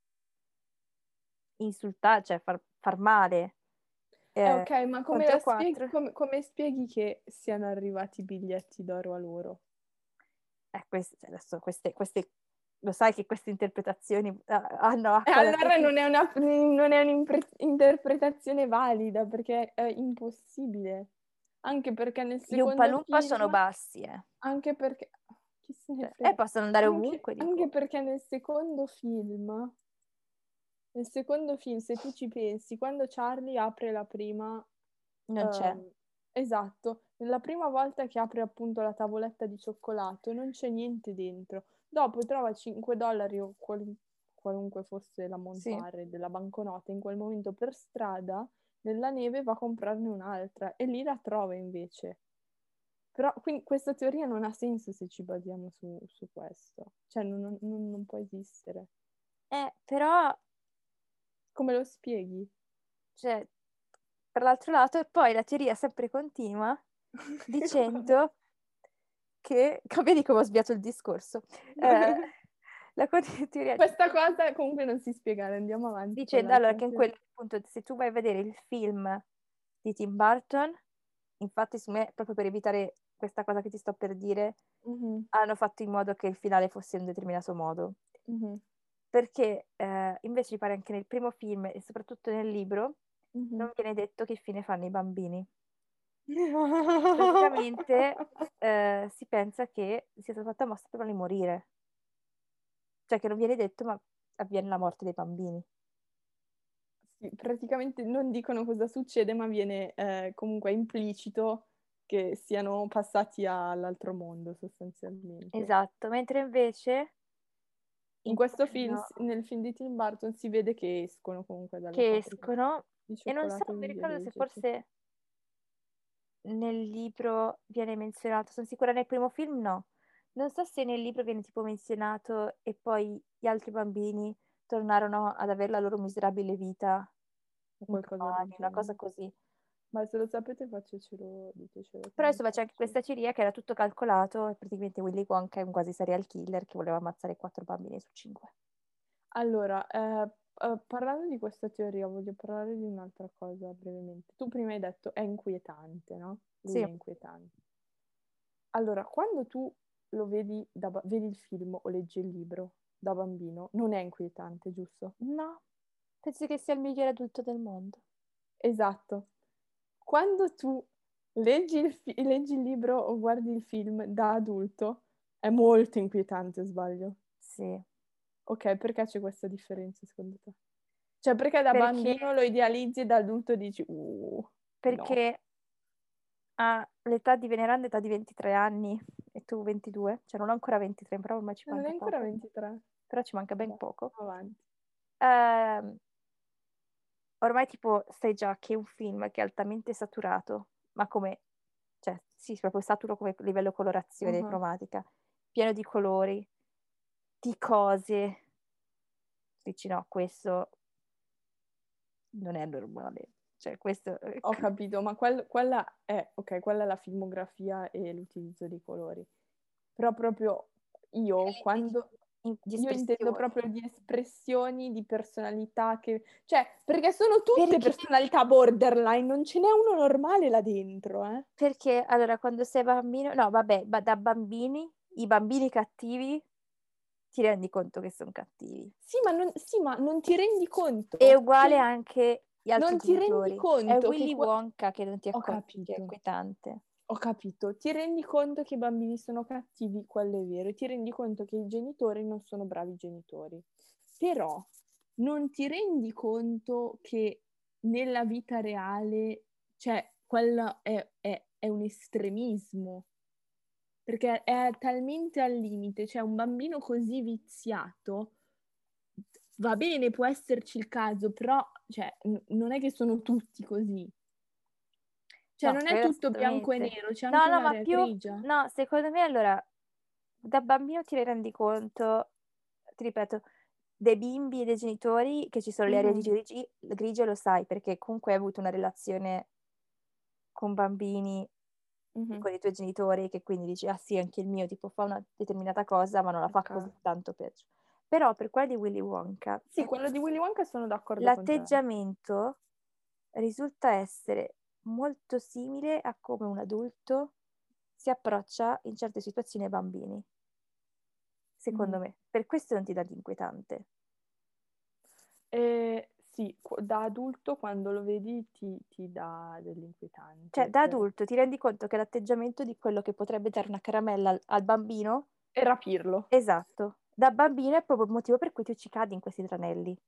insultare, cioè far, far male
Eh,
eh,
ok, ma come,
contro
la spieghi,
quattro.
come, come spieghi che siano arrivati i biglietti d'oro a loro?
Eh, queste, cioè, adesso queste, queste, lo sai che queste interpretazioni eh, hanno
E
acqua da
allora
tutti.
non è una, non è un'interpretazione valida, perché è impossibile. Anche perché nel
Gli Umpa
secondo
Lumpa sono
film,
bassi, eh.
anche perché... Chi se ne
Cioè, e
frega?
possono andare
Anche,
ovunque,
anche
dico.
perché nel secondo film, nel secondo film, se tu ci pensi, quando Charlie apre la prima...
Non c'è.
ehm, esatto, nella prima volta che apre appunto la tavoletta di cioccolato non c'è niente dentro. Dopo trova cinque dollari o qual- qualunque fosse
Sì.
l'ammontare della banconota in quel momento per strada, nella neve va a comprarne un'altra e lì la trova invece. Però quindi questa teoria non ha senso se ci basiamo su, su questo. Cioè non, non- non può esistere.
Eh, però,
Come lo spieghi?
cioè, per l'altro lato, e poi la teoria sempre continua dicendo che, vedi come ho sviato il discorso, eh, la co- teoria
Questa cosa comunque non si spiega, andiamo avanti con
dicendo allora
l'altra
che in
teoria.
quel punto, se tu vai a vedere il film di Tim Burton, infatti su me, proprio per evitare questa cosa che ti sto per dire,
Mhm,
hanno fatto in modo che il finale fosse in un determinato modo.
mhm,
Perché eh, invece mi pare anche nel primo film e soprattutto nel libro
mhm.
non viene detto che fine fanno i bambini. Praticamente eh, si pensa che sia stata fatta mossa per farli morire. cioè che non viene detto, ma avviene la morte dei bambini.
Sì, praticamente non dicono cosa succede, ma viene eh, comunque implicito che siano passati all'altro mondo sostanzialmente.
Esatto, mentre invece
In
in
questo film,
quello
nel film di Tim Burton, si vede che escono comunque dalla
che
fabbrica
escono,
di
e non so,
cioccolato
non mi
India
ricordo se
Legge.
forse nel libro viene menzionato, sono sicura nel primo film no. Non so se nel libro viene tipo menzionato e poi gli altri bambini tornarono ad avere la loro miserabile vita
O qualcosa del
inumani, una cosa
genere.
così.
Ma se lo sapete facecelo, ditecelo.
Però
Come
adesso c'è anche questa teoria che era tutto calcolato e praticamente Willy Wonka è un quasi serial killer che voleva ammazzare quattro bambini su cinque.
Allora, eh, eh, parlando di questa teoria, voglio parlare di un'altra cosa brevemente. Tu prima hai detto è inquietante, no? Lui
Sì,
è inquietante. Allora, quando tu lo vedi, da ba- vedi il film o leggi il libro da bambino, non è inquietante, giusto?
no, pensi che sia il migliore adulto del mondo.
Esatto. Quando tu leggi il, fi- leggi il libro o guardi il film da adulto, è molto inquietante, o sbaglio.
Sì,
Ok, perché c'è questa differenza secondo te? Cioè, perché da
perché,
bambino lo idealizzi e da adulto dici, uh, no.
perché ha l'età di veneranda, età di ventitré anni e tu ventidue, cioè non ho ancora ventitré, però ormai ci
Eh, Non è
manca
ancora
poco,
ventitré.
però ci manca ben
Vabbè,
poco.
andiamo avanti.
Ehm, ormai tipo sai già che è un film che è altamente saturato, ma come, cioè sì, proprio saturo come livello colorazione
Uh-huh.
cromatica, pieno di colori, di cose. Dici no, questo non è normale. Cioè questo...
Ho capito, ma quel- quella è, ok, quella è la filmografia e l'utilizzo dei colori. Però proprio io, quando,
di
io intendo
espressioni.
proprio di espressioni, di personalità che, cioè, perché sono tutte
Perché?
personalità borderline, non ce n'è uno normale là dentro, eh.
Perché allora quando sei bambino, no, vabbè, ma da bambini, i bambini cattivi ti rendi conto che sono cattivi.
Sì, ma non, sì, ma non ti rendi
È
conto
uguale
che,
anche gli altri
non ti rendi
genitori. È
conto che,
Willy
que-
Wonka che non ti
ho
accorgi che è
capito.
inquietante.
Ho capito, ti rendi conto che i bambini sono cattivi, quello è vero, e ti rendi conto che i genitori non sono bravi genitori. Però non ti rendi conto che nella vita reale, cioè, quello è, è- è un estremismo, perché è talmente al limite, cioè un bambino così viziato, va bene, può esserci il caso, però cioè, n- non è che sono tutti così. Cioè,
No,
non è
quello
tutto bianco e
assolutamente.
nero, c'è
No,
anche
no, ma
un'area
più...
grigia.
No, secondo me allora, da bambino ti rendi conto, ti ripeto, dei bimbi e dei genitori che ci sono le aree di
Mhm,
grigi- grigie, lo sai, perché comunque hai avuto una relazione con bambini
mhm.
con i tuoi genitori che quindi dici, ah sì, anche il mio tipo fa una determinata cosa, ma non la fa
Ok.
così tanto peggio. Però per quella di Willy Wonka,
Sì, quello di Willy Wonka sono d'accordo con te.
l'atteggiamento risulta essere molto simile a come un adulto si approccia in certe situazioni ai bambini, secondo
Mhm.
me. Per questo non ti dà di inquietante.
E sì, qu- da adulto quando lo vedi ti, ti dà
Cioè,
dell'inquietante.
da
Per...
adulto ti rendi conto che l'atteggiamento di quello che potrebbe dare una caramella al, al bambino,
E rapirlo.
esatto, da bambino è proprio il motivo per cui tu ci cadi in questi tranelli.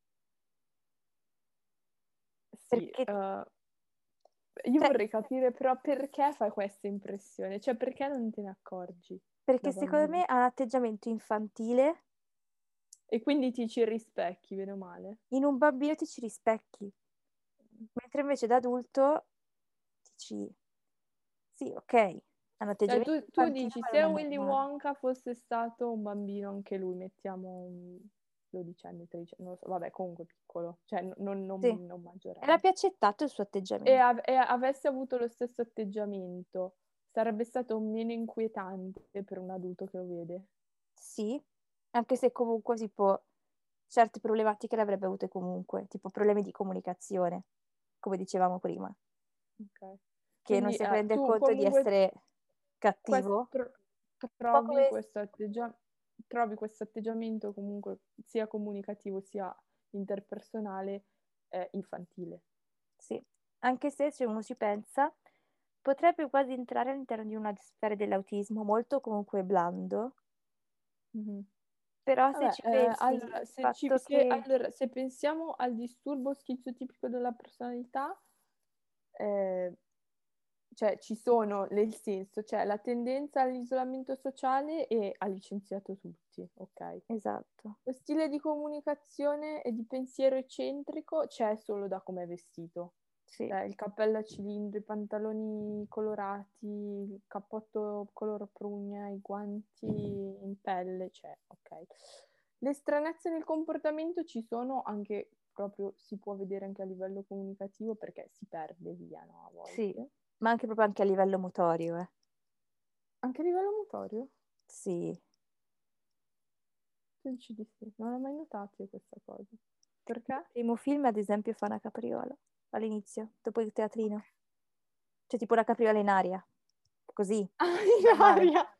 Sì,
Perché,
eh, io
cioè,
vorrei capire però perché fai questa impressione, cioè perché non te ne accorgi
perché
da
secondo
bambino?
me ha un atteggiamento infantile,
E quindi ti ci rispecchi, bene o male?
in un bambino ti ci rispecchi, mentre invece da adulto dici, sì, ok, ha un
Cioè,
atteggiamento
tu, tu
infantile,
dici,
ma
se
non è
Willy
normale.
Wonka fosse stato un bambino anche lui, mettiamo un dodicenne, tredicenne, non lo so, vabbè, comunque piccolo, cioè n- non,
Sì,
non, non
e l'ha
maggiorenne,
più accettato il suo
e,
atteggiamento.
av- e avesse avuto lo stesso atteggiamento, sarebbe stato meno inquietante per un adulto che lo vede.
Sì, anche se comunque tipo certe problematiche le avrebbe avute comunque, tipo problemi di comunicazione, come dicevamo prima,
Ok.
che non
Quindi
si
eh,
rende
tu
conto di
comunque
essere
quest-
cattivo.
tro-
Un po'
trovi
come...
questo atteggia- trovi questo atteggiamento comunque sia comunicativo sia interpersonale eh, infantile.
Sì, anche se se uno ci pensa, potrebbe quasi entrare all'interno di una sfera dell'autismo molto comunque blando,
Mhm.
Però se
Vabbè,
ci
eh,
pensi,
allora,
il
se, ci-
fatto
se-
che...
allora, se pensiamo al disturbo schizotipico della personalità, eh, cioè ci sono nel senso, cioè la tendenza all'isolamento sociale e ha licenziato tutti, ok?
Esatto,
Lo stile di comunicazione e di pensiero eccentrico c'è solo da come è vestito.
sì.
Cioè, il cappello a cilindri, i pantaloni colorati, il cappotto color prugna, i guanti in pelle, c'è, ok. Le stranezze nel comportamento ci sono anche proprio, si può vedere anche a livello comunicativo perché si perde via, no, a
Sì,
volte.
ma anche proprio anche a livello motorio, eh.
Anche a livello motorio?
Sì.
Tu dici di sì, non ho mai notato io questa cosa. Perché?
Il primo film, ad esempio, fa una capriola all'inizio, dopo il teatrino. Cioè tipo una capriola in aria. Così,
Ah, in
normale.
aria!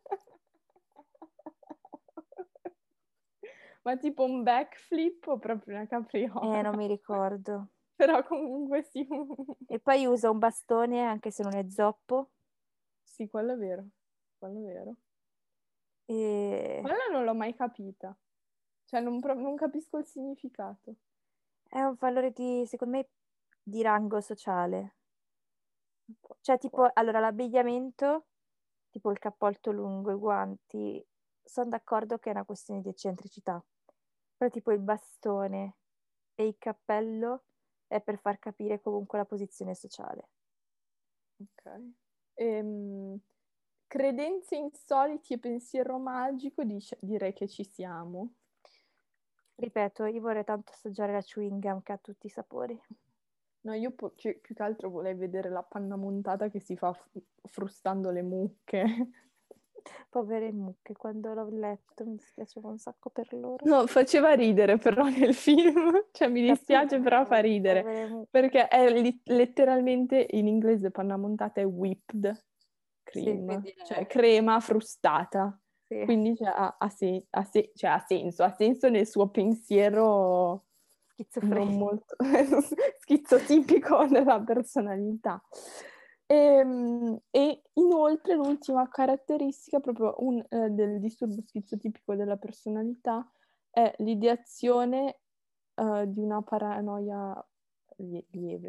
Ma tipo un backflip o proprio una capriola?
Eh, non mi ricordo.
Però comunque sì.
E poi usa un bastone, anche se non è zoppo.
Sì, quello è vero. Quello è vero.
E...
Quella non l'ho mai capita. Cioè, non, pro- non capisco il significato.
È un valore di, secondo me, di rango sociale. Cioè,
Può
tipo, allora, l'abbigliamento, tipo il cappotto lungo, i guanti, sono d'accordo che è una questione di eccentricità. Però tipo il bastone e il cappello è per far capire comunque la posizione sociale.
Ok. Ehm, credenze insoliti e pensiero magico, dice- direi che ci siamo.
Ripeto, io vorrei tanto assaggiare la chewing gum che ha tutti i sapori.
No, io po- cioè, più che altro vorrei vedere la panna montata che si fa f- frustando le mucche.
Povere mucche, quando l'ho letto mi dispiaceva un sacco per loro.
No, faceva ridere però nel film, cioè mi dispiace
Capito?
però fa ridere,
Povere mucche.
perché è li- letteralmente in inglese panna montata è whipped
Sì,
cream,
quindi
cioè
è...
crema frustata,
Sì,
quindi cioè, ha, ha se- ha se- cioè, ha senso, ha senso nel suo pensiero non
schizofrenico.
molto schizotipico della personalità. Ehm, E, inoltre l'ultima caratteristica proprio un, eh, del disturbo schizotipico della personalità è l'ideazione eh, di una paranoia lie- lieve.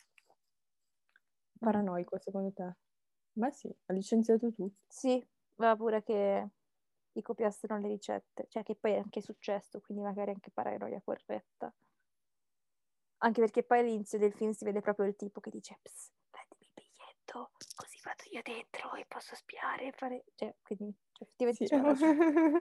Mm.
Paranoico, secondo te? Beh sì, ha licenziato tutti.
Sì, va pure che gli copiassero le ricette, cioè che poi è anche successo, quindi magari anche paranoia corretta. Anche perché poi all'inizio del film si vede proprio il tipo che dice: "Ps, prendimi il biglietto, così vado io dentro e posso spiare e fare..." Cioè, quindi cioè, effettivamente
Sì.
c'era ragione.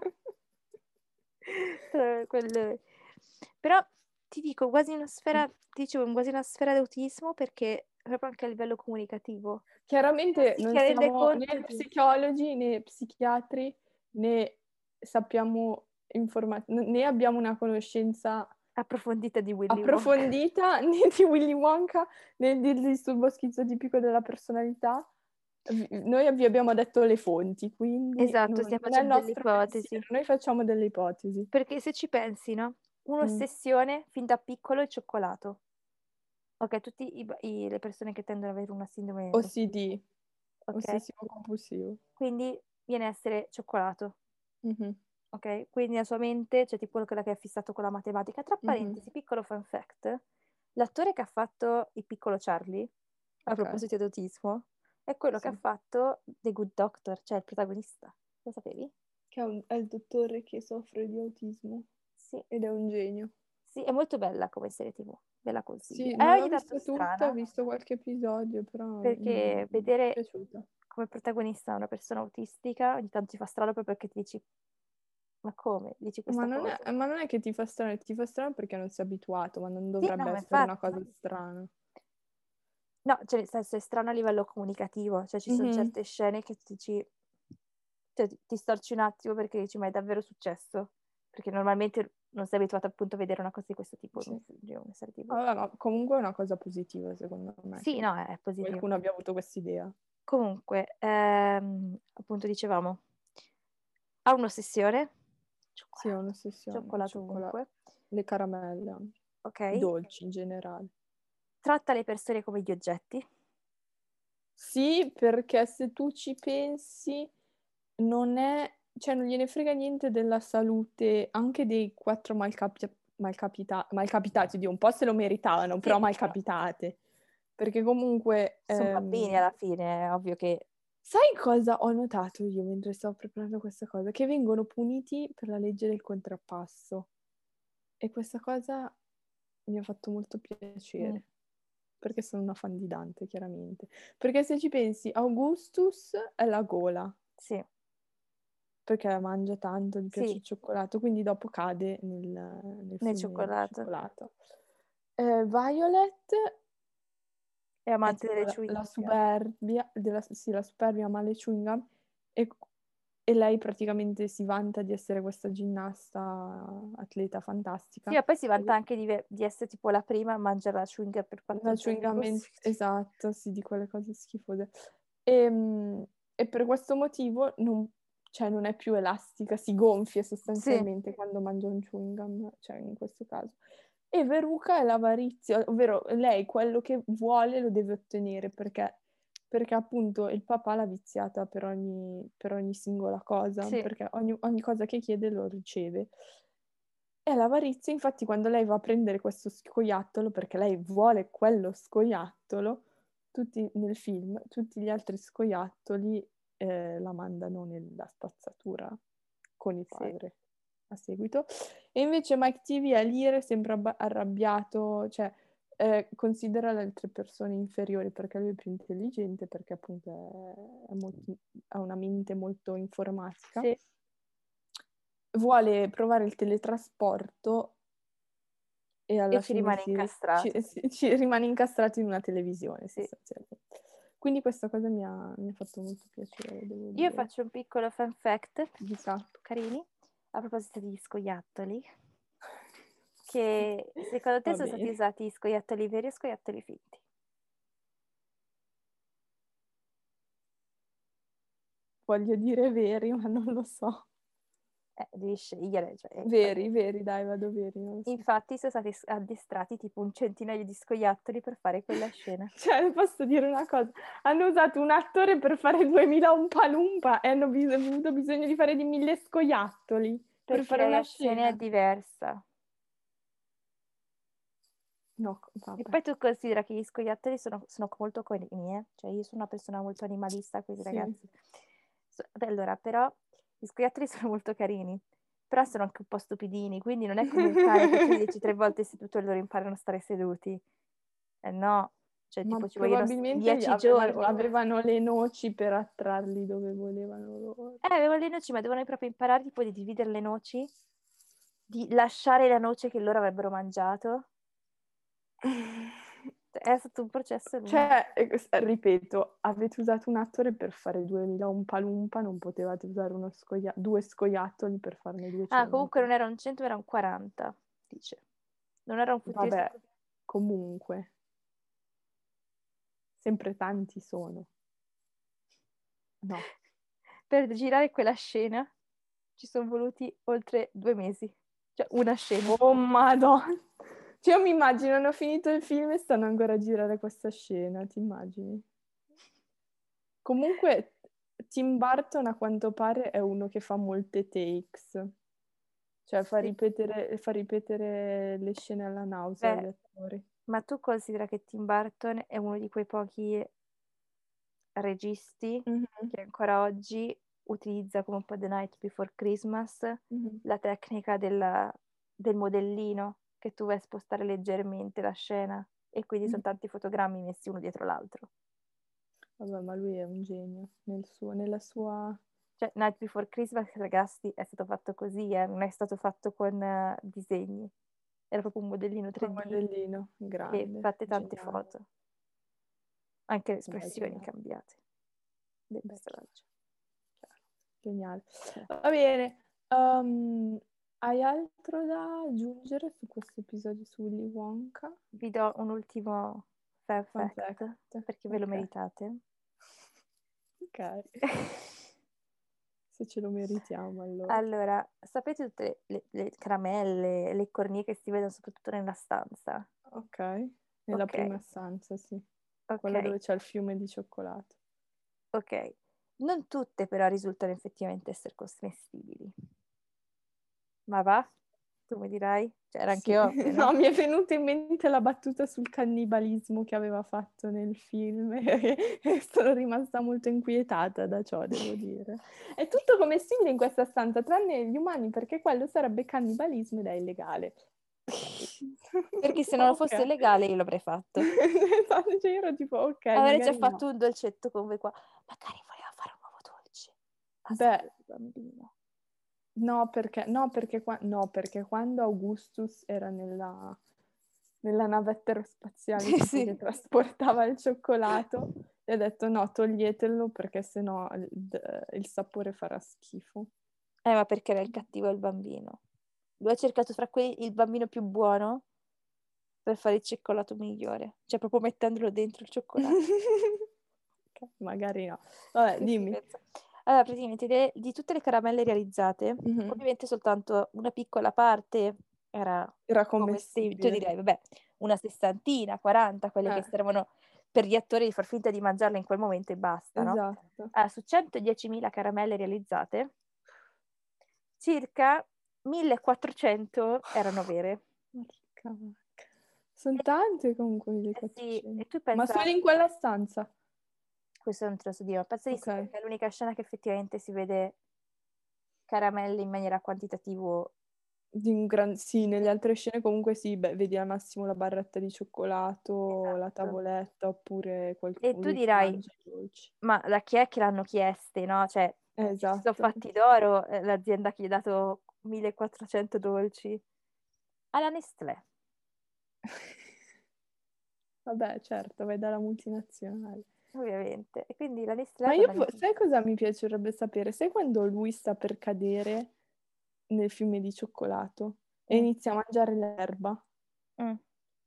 Tra quelle- Però ti dico, quasi una sfera, ti dicevo, quasi una sfera d'autismo perché proprio anche a livello comunicativo. Non
Chiaramente
si
non
rende
siamo
conto
né
di
psicologi né psichiatri né sappiamo informazioni, né abbiamo una conoscenza
approfondita di Willy Wonka.
approfondita né di Willy Wonka né del disturbo schizotipico della personalità. Vi- Noi vi abbiamo detto le fonti, quindi
Esatto,
non,
stiamo
non è il
facendo delle
nostro
ipotesi.
pensiero, noi facciamo delle ipotesi.
Perché se ci pensi, no?
Mm.
Un'ossessione fin da piccolo è il cioccolato. Ok, tutte le persone che tendono ad avere una sindrome
O C D,
ottistica, ok?
ossessivo compulsivo.
Quindi viene a essere cioccolato,
Mhm,
ok? Quindi la sua mente, cioè tipo quella che è fissato con la matematica. Tra
mhm.
parentesi, piccolo fun fact, l'attore che ha fatto il piccolo Charlie, a
Ok,
proposito di autismo, è quello che ha
sì.
fatto The Good Doctor, cioè il protagonista. Lo sapevi?
Che è, un- è il dottore che soffre di autismo
Sì.
ed è un genio.
Sì, è molto bella come serie ti vu, ve la consiglio.
Sì,
È
non l'ho
ogni tanto
vista tutta, ho
strana,
visto qualche episodio, però mm,
perché
mi è
vedere
piaciuta.
come protagonista una persona autistica ogni tanto ti fa strano proprio perché ti dici, ma come dici
Ma
questa
non
cosa?
è, ma non è che ti fa strano, ti fa strano perché non sei abituato, ma non
Sì, no,
dovrebbe
ma
essere una
infatti.
cosa strana.
No, cioè nel senso è strano a livello comunicativo, cioè ci sono
Mhm.
certe scene che ti dici, cioè ti ti storci un attimo perché dici, ma è davvero successo? Perché normalmente non sei abituato appunto a vedere una cosa di questo tipo in
Sì.
un film, in una serie ti vu.
Vabbè, ma comunque è una cosa positiva, secondo me,
Sì,
che
no, è positivo.
qualcuno abbia avuto quest'idea.
Comunque, ehm, appunto dicevamo, ha un'ossessione,
Sì, è
cioccolato,
un'ossessione, il
cioccolato
cioccolato,
ovunque,
le caramelle anche,
ok?
i dolci in generale.
Tratta le persone come gli oggetti,
Sì, perché se tu ci pensi, non è cioè non gliene frega niente della salute anche dei quattro malcapi- malcapita- malcapitati, di un po' se lo meritavano,
Sì,
però
però
malcapitate. Perché comunque...
sono bambini
ehm,
alla fine, è ovvio che...
sai cosa ho notato io mentre stavo preparando questa cosa? Che vengono puniti per la legge del contrappasso. E questa cosa mi ha fatto molto piacere.
Mm,
Perché sono una fan di Dante, chiaramente. Perché se ci pensi, Augustus è la gola,
sì,
perché mangia tanto, gli piace
sì,
il cioccolato, quindi dopo cade nel, nel
nel
fiume del
cioccolato.
cioccolato. Eh, Violet
È
è
amante
tipo
delle
la,
chewing
la
gum.
superbia, della, sì, la superbia ama le chewing gum e, e lei praticamente si vanta di essere questa ginnasta atleta
Sì,
fantastica.
ma poi si vanta anche di, di essere tipo la prima a mangiare la chewing gum per quattro
La chewing
giorni
gum, in-
consecutivi.
esatto, sì, di quelle cose schifose. E, e per questo motivo non, cioè, non è più elastica, si gonfia
Sì,
sostanzialmente quando mangia un chewing gum, cioè in questo caso. E Veruca è l'avarizia, ovvero lei quello che vuole lo deve ottenere perché, perché appunto il papà l'ha viziata per ogni, per ogni singola cosa,
sì,
perché ogni, ogni cosa che chiede lo riceve. E l'avarizia, infatti, quando lei va a prendere questo scoiattolo, perché lei vuole quello scoiattolo, tutti nel film, tutti gli altri scoiattoli eh, la mandano nella spazzatura con il
sì.
padre a seguito. E invece Mike T V è lì, sempre abba- arrabbiato, cioè eh, considera le altre persone inferiori perché lui è più intelligente, perché appunto è, è molto- ha una mente molto informatica.
Sì.
Vuole provare il teletrasporto e
E
alla
ci
fine
rimane
si, ci-
incastrato.
si- ci rimane incastrato in una televisione
Sì.
sostanzialmente. Quindi questa cosa mi ha, mi ha fatto molto piacere, devo
Io
dire.
faccio un piccolo fun fact,
Dica.
carini, a proposito di scoiattoli, che secondo te
Va
sono stati
bene.
usati scoiattoli veri o scoiattoli finti?
Voglio dire veri, ma non lo so.
Eh, devi scegliere, cioè, eh,
Veri, veri, dai, vado veri, non lo so.
infatti sono stati addestrati tipo un centinaio di scoiattoli per fare quella scena.
Cioè, posso dire una cosa? Hanno usato un attore per fare duemila Umpa Lumpa e hanno bis- avuto bisogno di fare di mille scoiattoli per
Perché
fare
la
una
reazione è
scena.
diversa.
No,
E
vabbè.
poi tu considera che gli scoiattoli sono, sono molto carini, eh? Cioè io sono una persona molto animalista, questi
Sì.
ragazzi. So- allora, però, gli scoiattoli sono molto carini, però sono anche un po' stupidini, quindi non è come un cane che tu gli dici tre volte seduto e loro imparano a stare seduti. Eh no, cioè
Ma
tipo ci vogliono s-
probabilmente gli
dieci
avevano,
giorni.
avevano le noci per attrarli dove volevano loro.
Eh, avevo le noci, ma devono proprio imparare tipo di dividere le noci, di lasciare la noce che loro avrebbero mangiato. È stato un processo lungo.
Cioè, eh, s- ripeto, avete usato un attore per fare duemila Umpa Lumpa, non potevate usare uno scoia- due scoiattoli per farne
Ah, comunque
duecento.
non era un cento, era un quaranta, dice. Non era un
Vabbè,
futuristico.
comunque, sempre tanti sono. No.
Per girare quella scena ci sono voluti oltre due mesi. Cioè, una scena.
Oh, Madonna! Cioè, io mi immagino, hanno finito il film e stanno ancora a girare questa scena, ti immagini? Comunque, Tim Burton a quanto pare è uno che fa molte takes, cioè fa
Sì.
ripetere, fa ripetere le scene alla nausea agli
Beh,
attori.
ma tu considera che Tim Burton è uno di quei pochi registi
Mhm,
che ancora oggi utilizza come un po' The Night Before Christmas
mhm,
la tecnica della- del modellino, che tu vai a spostare leggermente la scena e quindi sono
mhm.
tanti fotogrammi messi uno dietro l'altro.
Vabbè, ma lui è un genio nel suo- nella sua...
Cioè, Night Before Christmas, ragazzi, è stato fatto così, eh, non è stato fatto con eh, disegni. Era proprio un modellino
col
tre D
modellino,
e
grande,
fatte tante
geniale.
foto, anche le
Vabbè,
espressioni
geniale.
cambiate del
Beh, chiaro,
personaggio.
chiaro. Geniale.
Cioè,
Va bene. Um, hai altro da aggiungere su questo episodio su Willy Wonka?
vi do un ultimo fun
Fun
fact,
fact.
perché ve lo
Ok.
meritate.
Ok. Se ce lo meritiamo allora.
Allora, sapete tutte le, le- le caramelle, le cornie che si vedono soprattutto nella stanza?
Ok. Nella
Ok,
prima stanza, sì.
ok,
Quella dove c'è il fiume di cioccolato.
ok. Non tutte però risultano effettivamente essere commestibili. Ma va? Tu mi dirai? Cioè, era
Sì.
anche ovvio, no?
No, mi è venuta in mente la battuta sul cannibalismo che aveva fatto nel film e sono rimasta molto inquietata da ciò, devo dire. È tutto commestibile in questa stanza, tranne gli umani, perché quello sarebbe cannibalismo ed è illegale.
Perché se non fosse
Ok.
legale io l'avrei fatto.
Esatto, cioè io ero tipo, ok,
Avrei già
magari no.
fatto un dolcetto con voi qua. Magari voleva fare un nuovo dolce. A
Beh,
sapere il bambino.
no, perché, no, perché, qua- no, perché quando Augustus era nella, nella navetta aerospaziale tipo che
Sì.
trasportava il cioccolato, gli ha detto no, toglietelo perché sennò il, d- il sapore farà schifo.
Eh, ma perché era il cattivo il bambino. Lui ha cercato fra quelli il bambino più buono per fare il cioccolato migliore. Cioè, proprio mettendolo dentro il cioccolato.
Ok, magari no. Vabbè,
Che
dimmi.
schifezza. Allora, praticamente le- di tutte le caramelle realizzate,
Mhm.
ovviamente soltanto una piccola parte era
Era
commestibile. Tu
commestibile.
direi, vabbè, una sessantina, quaranta, quelle che
Eh,
servono per gli attori di far finta di mangiarle in quel momento e basta, no?
esatto.
Allora, su centodiecimila caramelle realizzate, circa millequattrocento erano vere.
Porca vacca. Sono tante comunque
Eh sì, e
millequattrocento.
tu
Ma
pensa,
solo in quella stanza.
questo non te lo so dire, ma pensa di
Ok.
sì, perché è l'unica scena che effettivamente si vede caramelle in maniera quantitativo.
Di un gran... Sì, nelle altre scene comunque sì, beh, vedi al massimo la barretta di cioccolato, la
Esatto.
tavoletta, oppure
E
qualcuno
tu
lui che
dirai,
mangia i dolci.
ma da chi è che l'hanno chieste, no? Cioè, si sono
Esatto.
fatti d'oro eh, l'azienda che gli ha dato millequattrocento dolci. Alla Nestlé.
Vabbè, certo, vai dalla multinazionale.
Ovviamente. E quindi la Nestlé
Ma io,
quando ha
vo-
iniziato.
sai cosa mi piacerebbe sapere? Sai quando lui sta per cadere nel fiume di cioccolato e
Mm,
inizia a mangiare l'erba?
mm.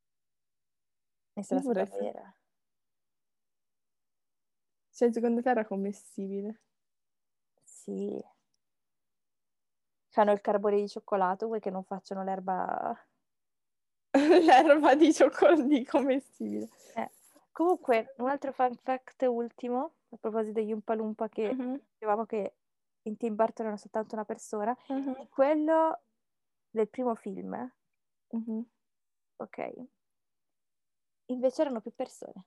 E
Io
sarà stata
vorrei sapere.
vera.
Cioè, secondo te era commestibile?
Sì. Fanno il carbone di cioccolato, vuoi che non facciano l'erba.
L'erba di cioccolato di commestibile.
Eh. Comunque, un altro fun fact ultimo, a proposito degli Oompa Loompa che
Mhm,
dicevamo che in Tim Burton erano soltanto una persona,
mhm,
è quello del primo film,
mhm.
ok? Invece erano più persone.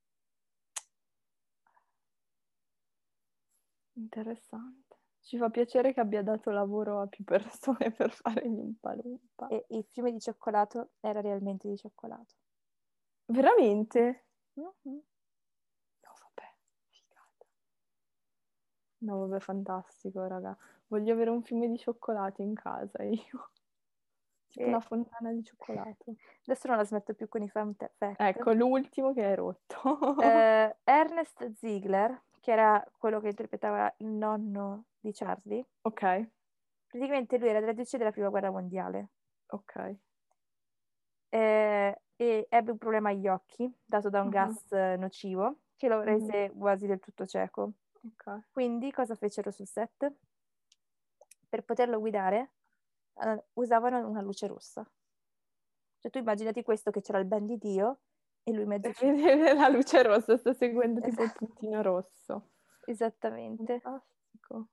Interessante. Ci fa piacere che abbia dato lavoro a più persone per fare gli Umpalumpa.
E il fiume di cioccolato era realmente di cioccolato.
Veramente?
Mhm.
No, vabbè, figata. No, vabbè, fantastico, raga. Voglio avere un fiume di cioccolato in casa io. Tipo
E
una fontana di cioccolato.
adesso non la smetto più con i fun te- fact.
Ecco, l'ultimo che hai rotto.
Eh, Ernest Ziegler, che era quello che interpretava il nonno di Charlie,
Ok,
praticamente lui era reduce della prima guerra mondiale
ok.
eh, e ebbe un problema agli occhi dato da un
Mhm,
gas eh, nocivo che lo
mhm,
rese quasi del tutto cieco.
ok.
Quindi cosa fecero sul set? Per poterlo guidare eh, usavano una luce rossa. Cioè tu immaginati questo che c'era il ben di Dio e lui mezzo
E
cieco.
vedere la luce rossa, sta seguendo tipo il
Esatto,
puntino rosso.
esattamente.
Fantastico.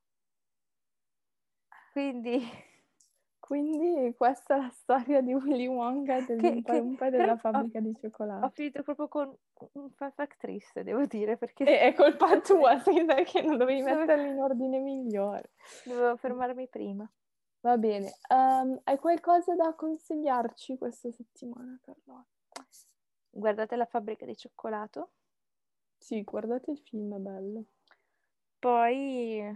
Quindi,
Quindi questa è la storia di Willy Wonka, degli
che,
Oompa
che
Loompa e
però
della
ho,
fabbrica di
ho
cioccolato.
finito proprio con un fun fact triste, devo dire, perché
E è colpa
devo dire,
tua, sì, sai che non dovevi
dove-
metterli in ordine migliore.
dovevo fermarmi prima.
Va bene. Ehm, hai qualcosa da consigliarci questa settimana, Carlotta?
Guardate la fabbrica di cioccolato.
Sì, guardate il film, è bello.
Poi,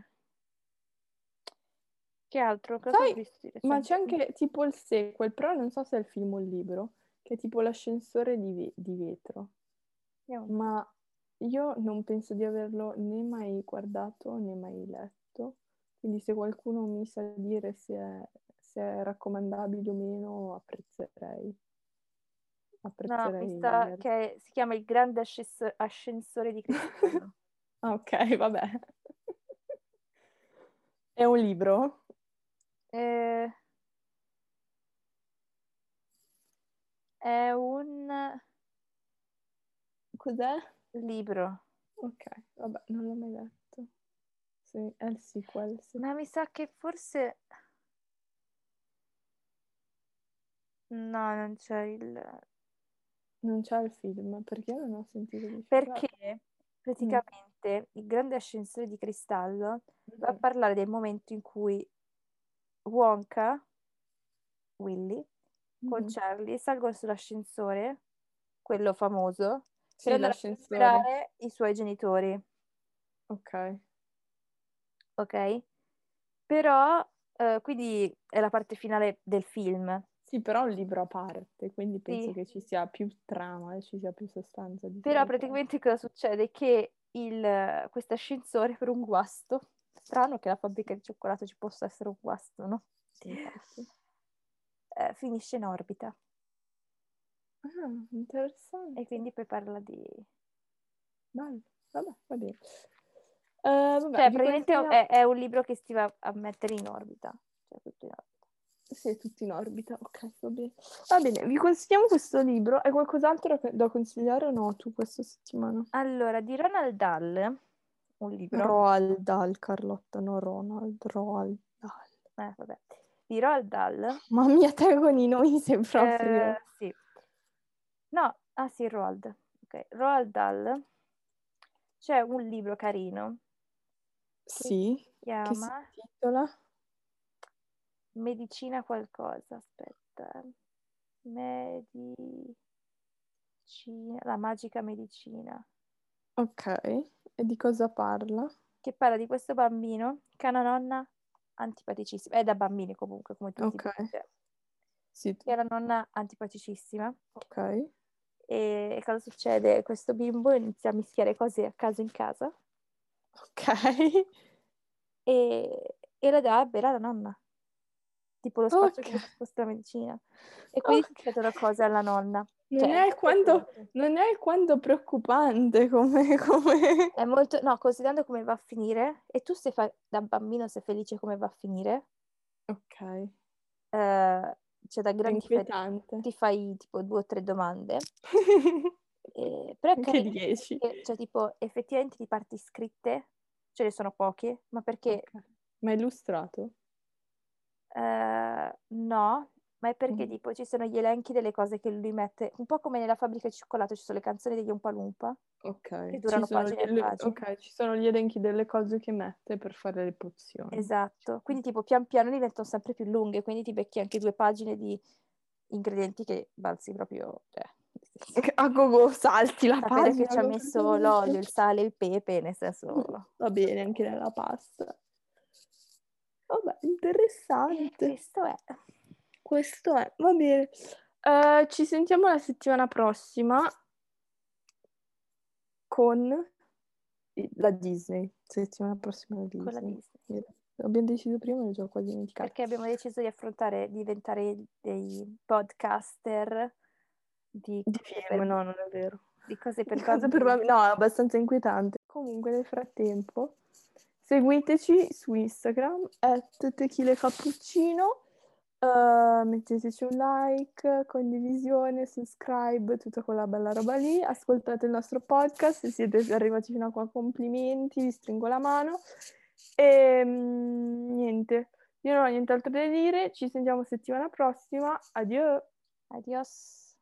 che altro? Cosa ho
Sai,
visto di
ma c'è
recente?
anche tipo il sequel, però non so se è il film o il libro, che è tipo l'ascensore di, ve- di vetro.
Vediamo un po'.
Ma io non penso di averlo né mai guardato né mai letto, quindi se qualcuno mi sa dire se è, se è raccomandabile o meno, apprezzerei.
No, mi
Apprezzerei
sta
magari.
che si chiama Il grande ascesso- ascensore di cristallo.
Ah, ok, vabbè. È un libro?
Eh, è un
Cos'è?
libro.
Ok, vabbè, non l'ho mai letto. Sì, è il sequel, sì.
Ma mi sa che forse... No, non c'è il...
Non c'è il film, perché non ho sentito di
Perché praticamente il grande ascensore di cristallo va a
Mhm.
parlare del momento in cui Wonka, Willy, con
Mhm.
Charlie salgono sull'ascensore, quello famoso, per
Sì,
andare a
l'ascensore.
recuperare i suoi genitori,
Ok.
ok? Però, eh, quindi è la parte finale del film.
Sì, però è un libro a parte, quindi penso
Sì,
che ci sia più trama e ci sia più sostanza di
però
solito.
praticamente cosa succede? Che il, questo ascensore per un guasto, strano che la fabbrica di cioccolato ci possa essere un guasto, no?
Sì, infatti.
Eh, finisce in orbita
Ah,
e
interessante.
quindi poi parla di...
Bello. Vabbè, va bene. Eh, vabbè,
Cioè,
vi
praticamente
consigliamo...
è, è un libro che si va a mettere in orbita, cioè tutto in orbita.
Sì, è tutto in orbita, ok, va bene. Va bene, vi consigliamo questo libro. Hai qualcos'altro da da consigliare o no tu questa settimana?
Allora, di Ronald Dahl, un libro,
Roald Dahl, Carlotta, no Ronald, Roald Dahl.
eh, vabbè, di Roald Dahl,
Mamma mia, te con i nomi sei
eh,
proprio...
sì, no, ah sì, Roald, ok, Roald Dahl, c'è un libro carino che si
Sì, che si
chiama
intitola?
Medicina qualcosa, aspetta, Medicina, la magica medicina,
Ok, e di cosa parla?
che parla di questo bambino che ha una nonna antipaticissima, è da bambini comunque, come tutti,
Ok,
cioè,
sì,
che
tu.
ha la nonna antipaticissima.
Ok,
E cosa succede? Questo bimbo inizia a mischiare cose a caso in casa
ok.
e, e la dà a bere alla nonna, tipo lo spazio
Ok,
che gli sposta la medicina. E quindi
ok.
succedono cose alla nonna. Cioè,
Non è
è molto
alquanto,
forte.
non è alquanto preoccupante come, come...
È molto, no, considerando come va a finire, e tu sei fa- da bambino sei felice come va a finire,
Ok,
eh, cioè da
è
grande ti fai,
inquietante.
ti fai tipo due o tre domande, e- però è
Anche
carino
dieci.
perché, cioè tipo, effettivamente di parti scritte ce ne sono poche, ma perché
Ok. Ma è illustrato?
Eh, no, ma è perché
Mm.
tipo ci sono gli elenchi delle cose che lui mette, un po' come nella fabbrica di cioccolato ci sono le canzoni degli Umpa Lumpa, che
Ok, ci
durano
sono gli,
pagine e
ele-
pagine.
ok, ci sono gli elenchi delle cose che mette per fare le pozioni.
Esatto, quindi tipo pian piano diventano sempre più lunghe, quindi ti becchi anche due pagine di ingredienti che balzi proprio, cioè, nel senso,
A gogo salti la
sapere che
pagina
ci ha messo l'olio,
completamente.
il sale, il pepe, nel senso...
Va bene anche nella pasta. Vabbè,
E
interessante.
questo è.
Questo è, va bene. Eh, ci sentiamo la settimana prossima con la Disney. Settimana prossima la
Con la
Disney.
Disney.
Abbiamo deciso prima, l'ho già quasi dimenticato.
Perché abbiamo deciso di affrontare, di diventare dei podcaster di
Di
cose
film,
per,
no, non è vero.
di cose per
Cosa
bambini.
probab- no, è abbastanza inquietante. Comunque, nel frattempo, seguiteci su Instagram, at tequila cappuccino. Uh, metteteci un like, condivisione, subscribe, tutta quella bella roba lì. Ascoltate il nostro podcast, se siete arrivati fino a qua, complimenti, vi stringo la mano. E mm, niente, io non ho nient'altro da dire. Ci sentiamo settimana prossima. Addio!
Adios.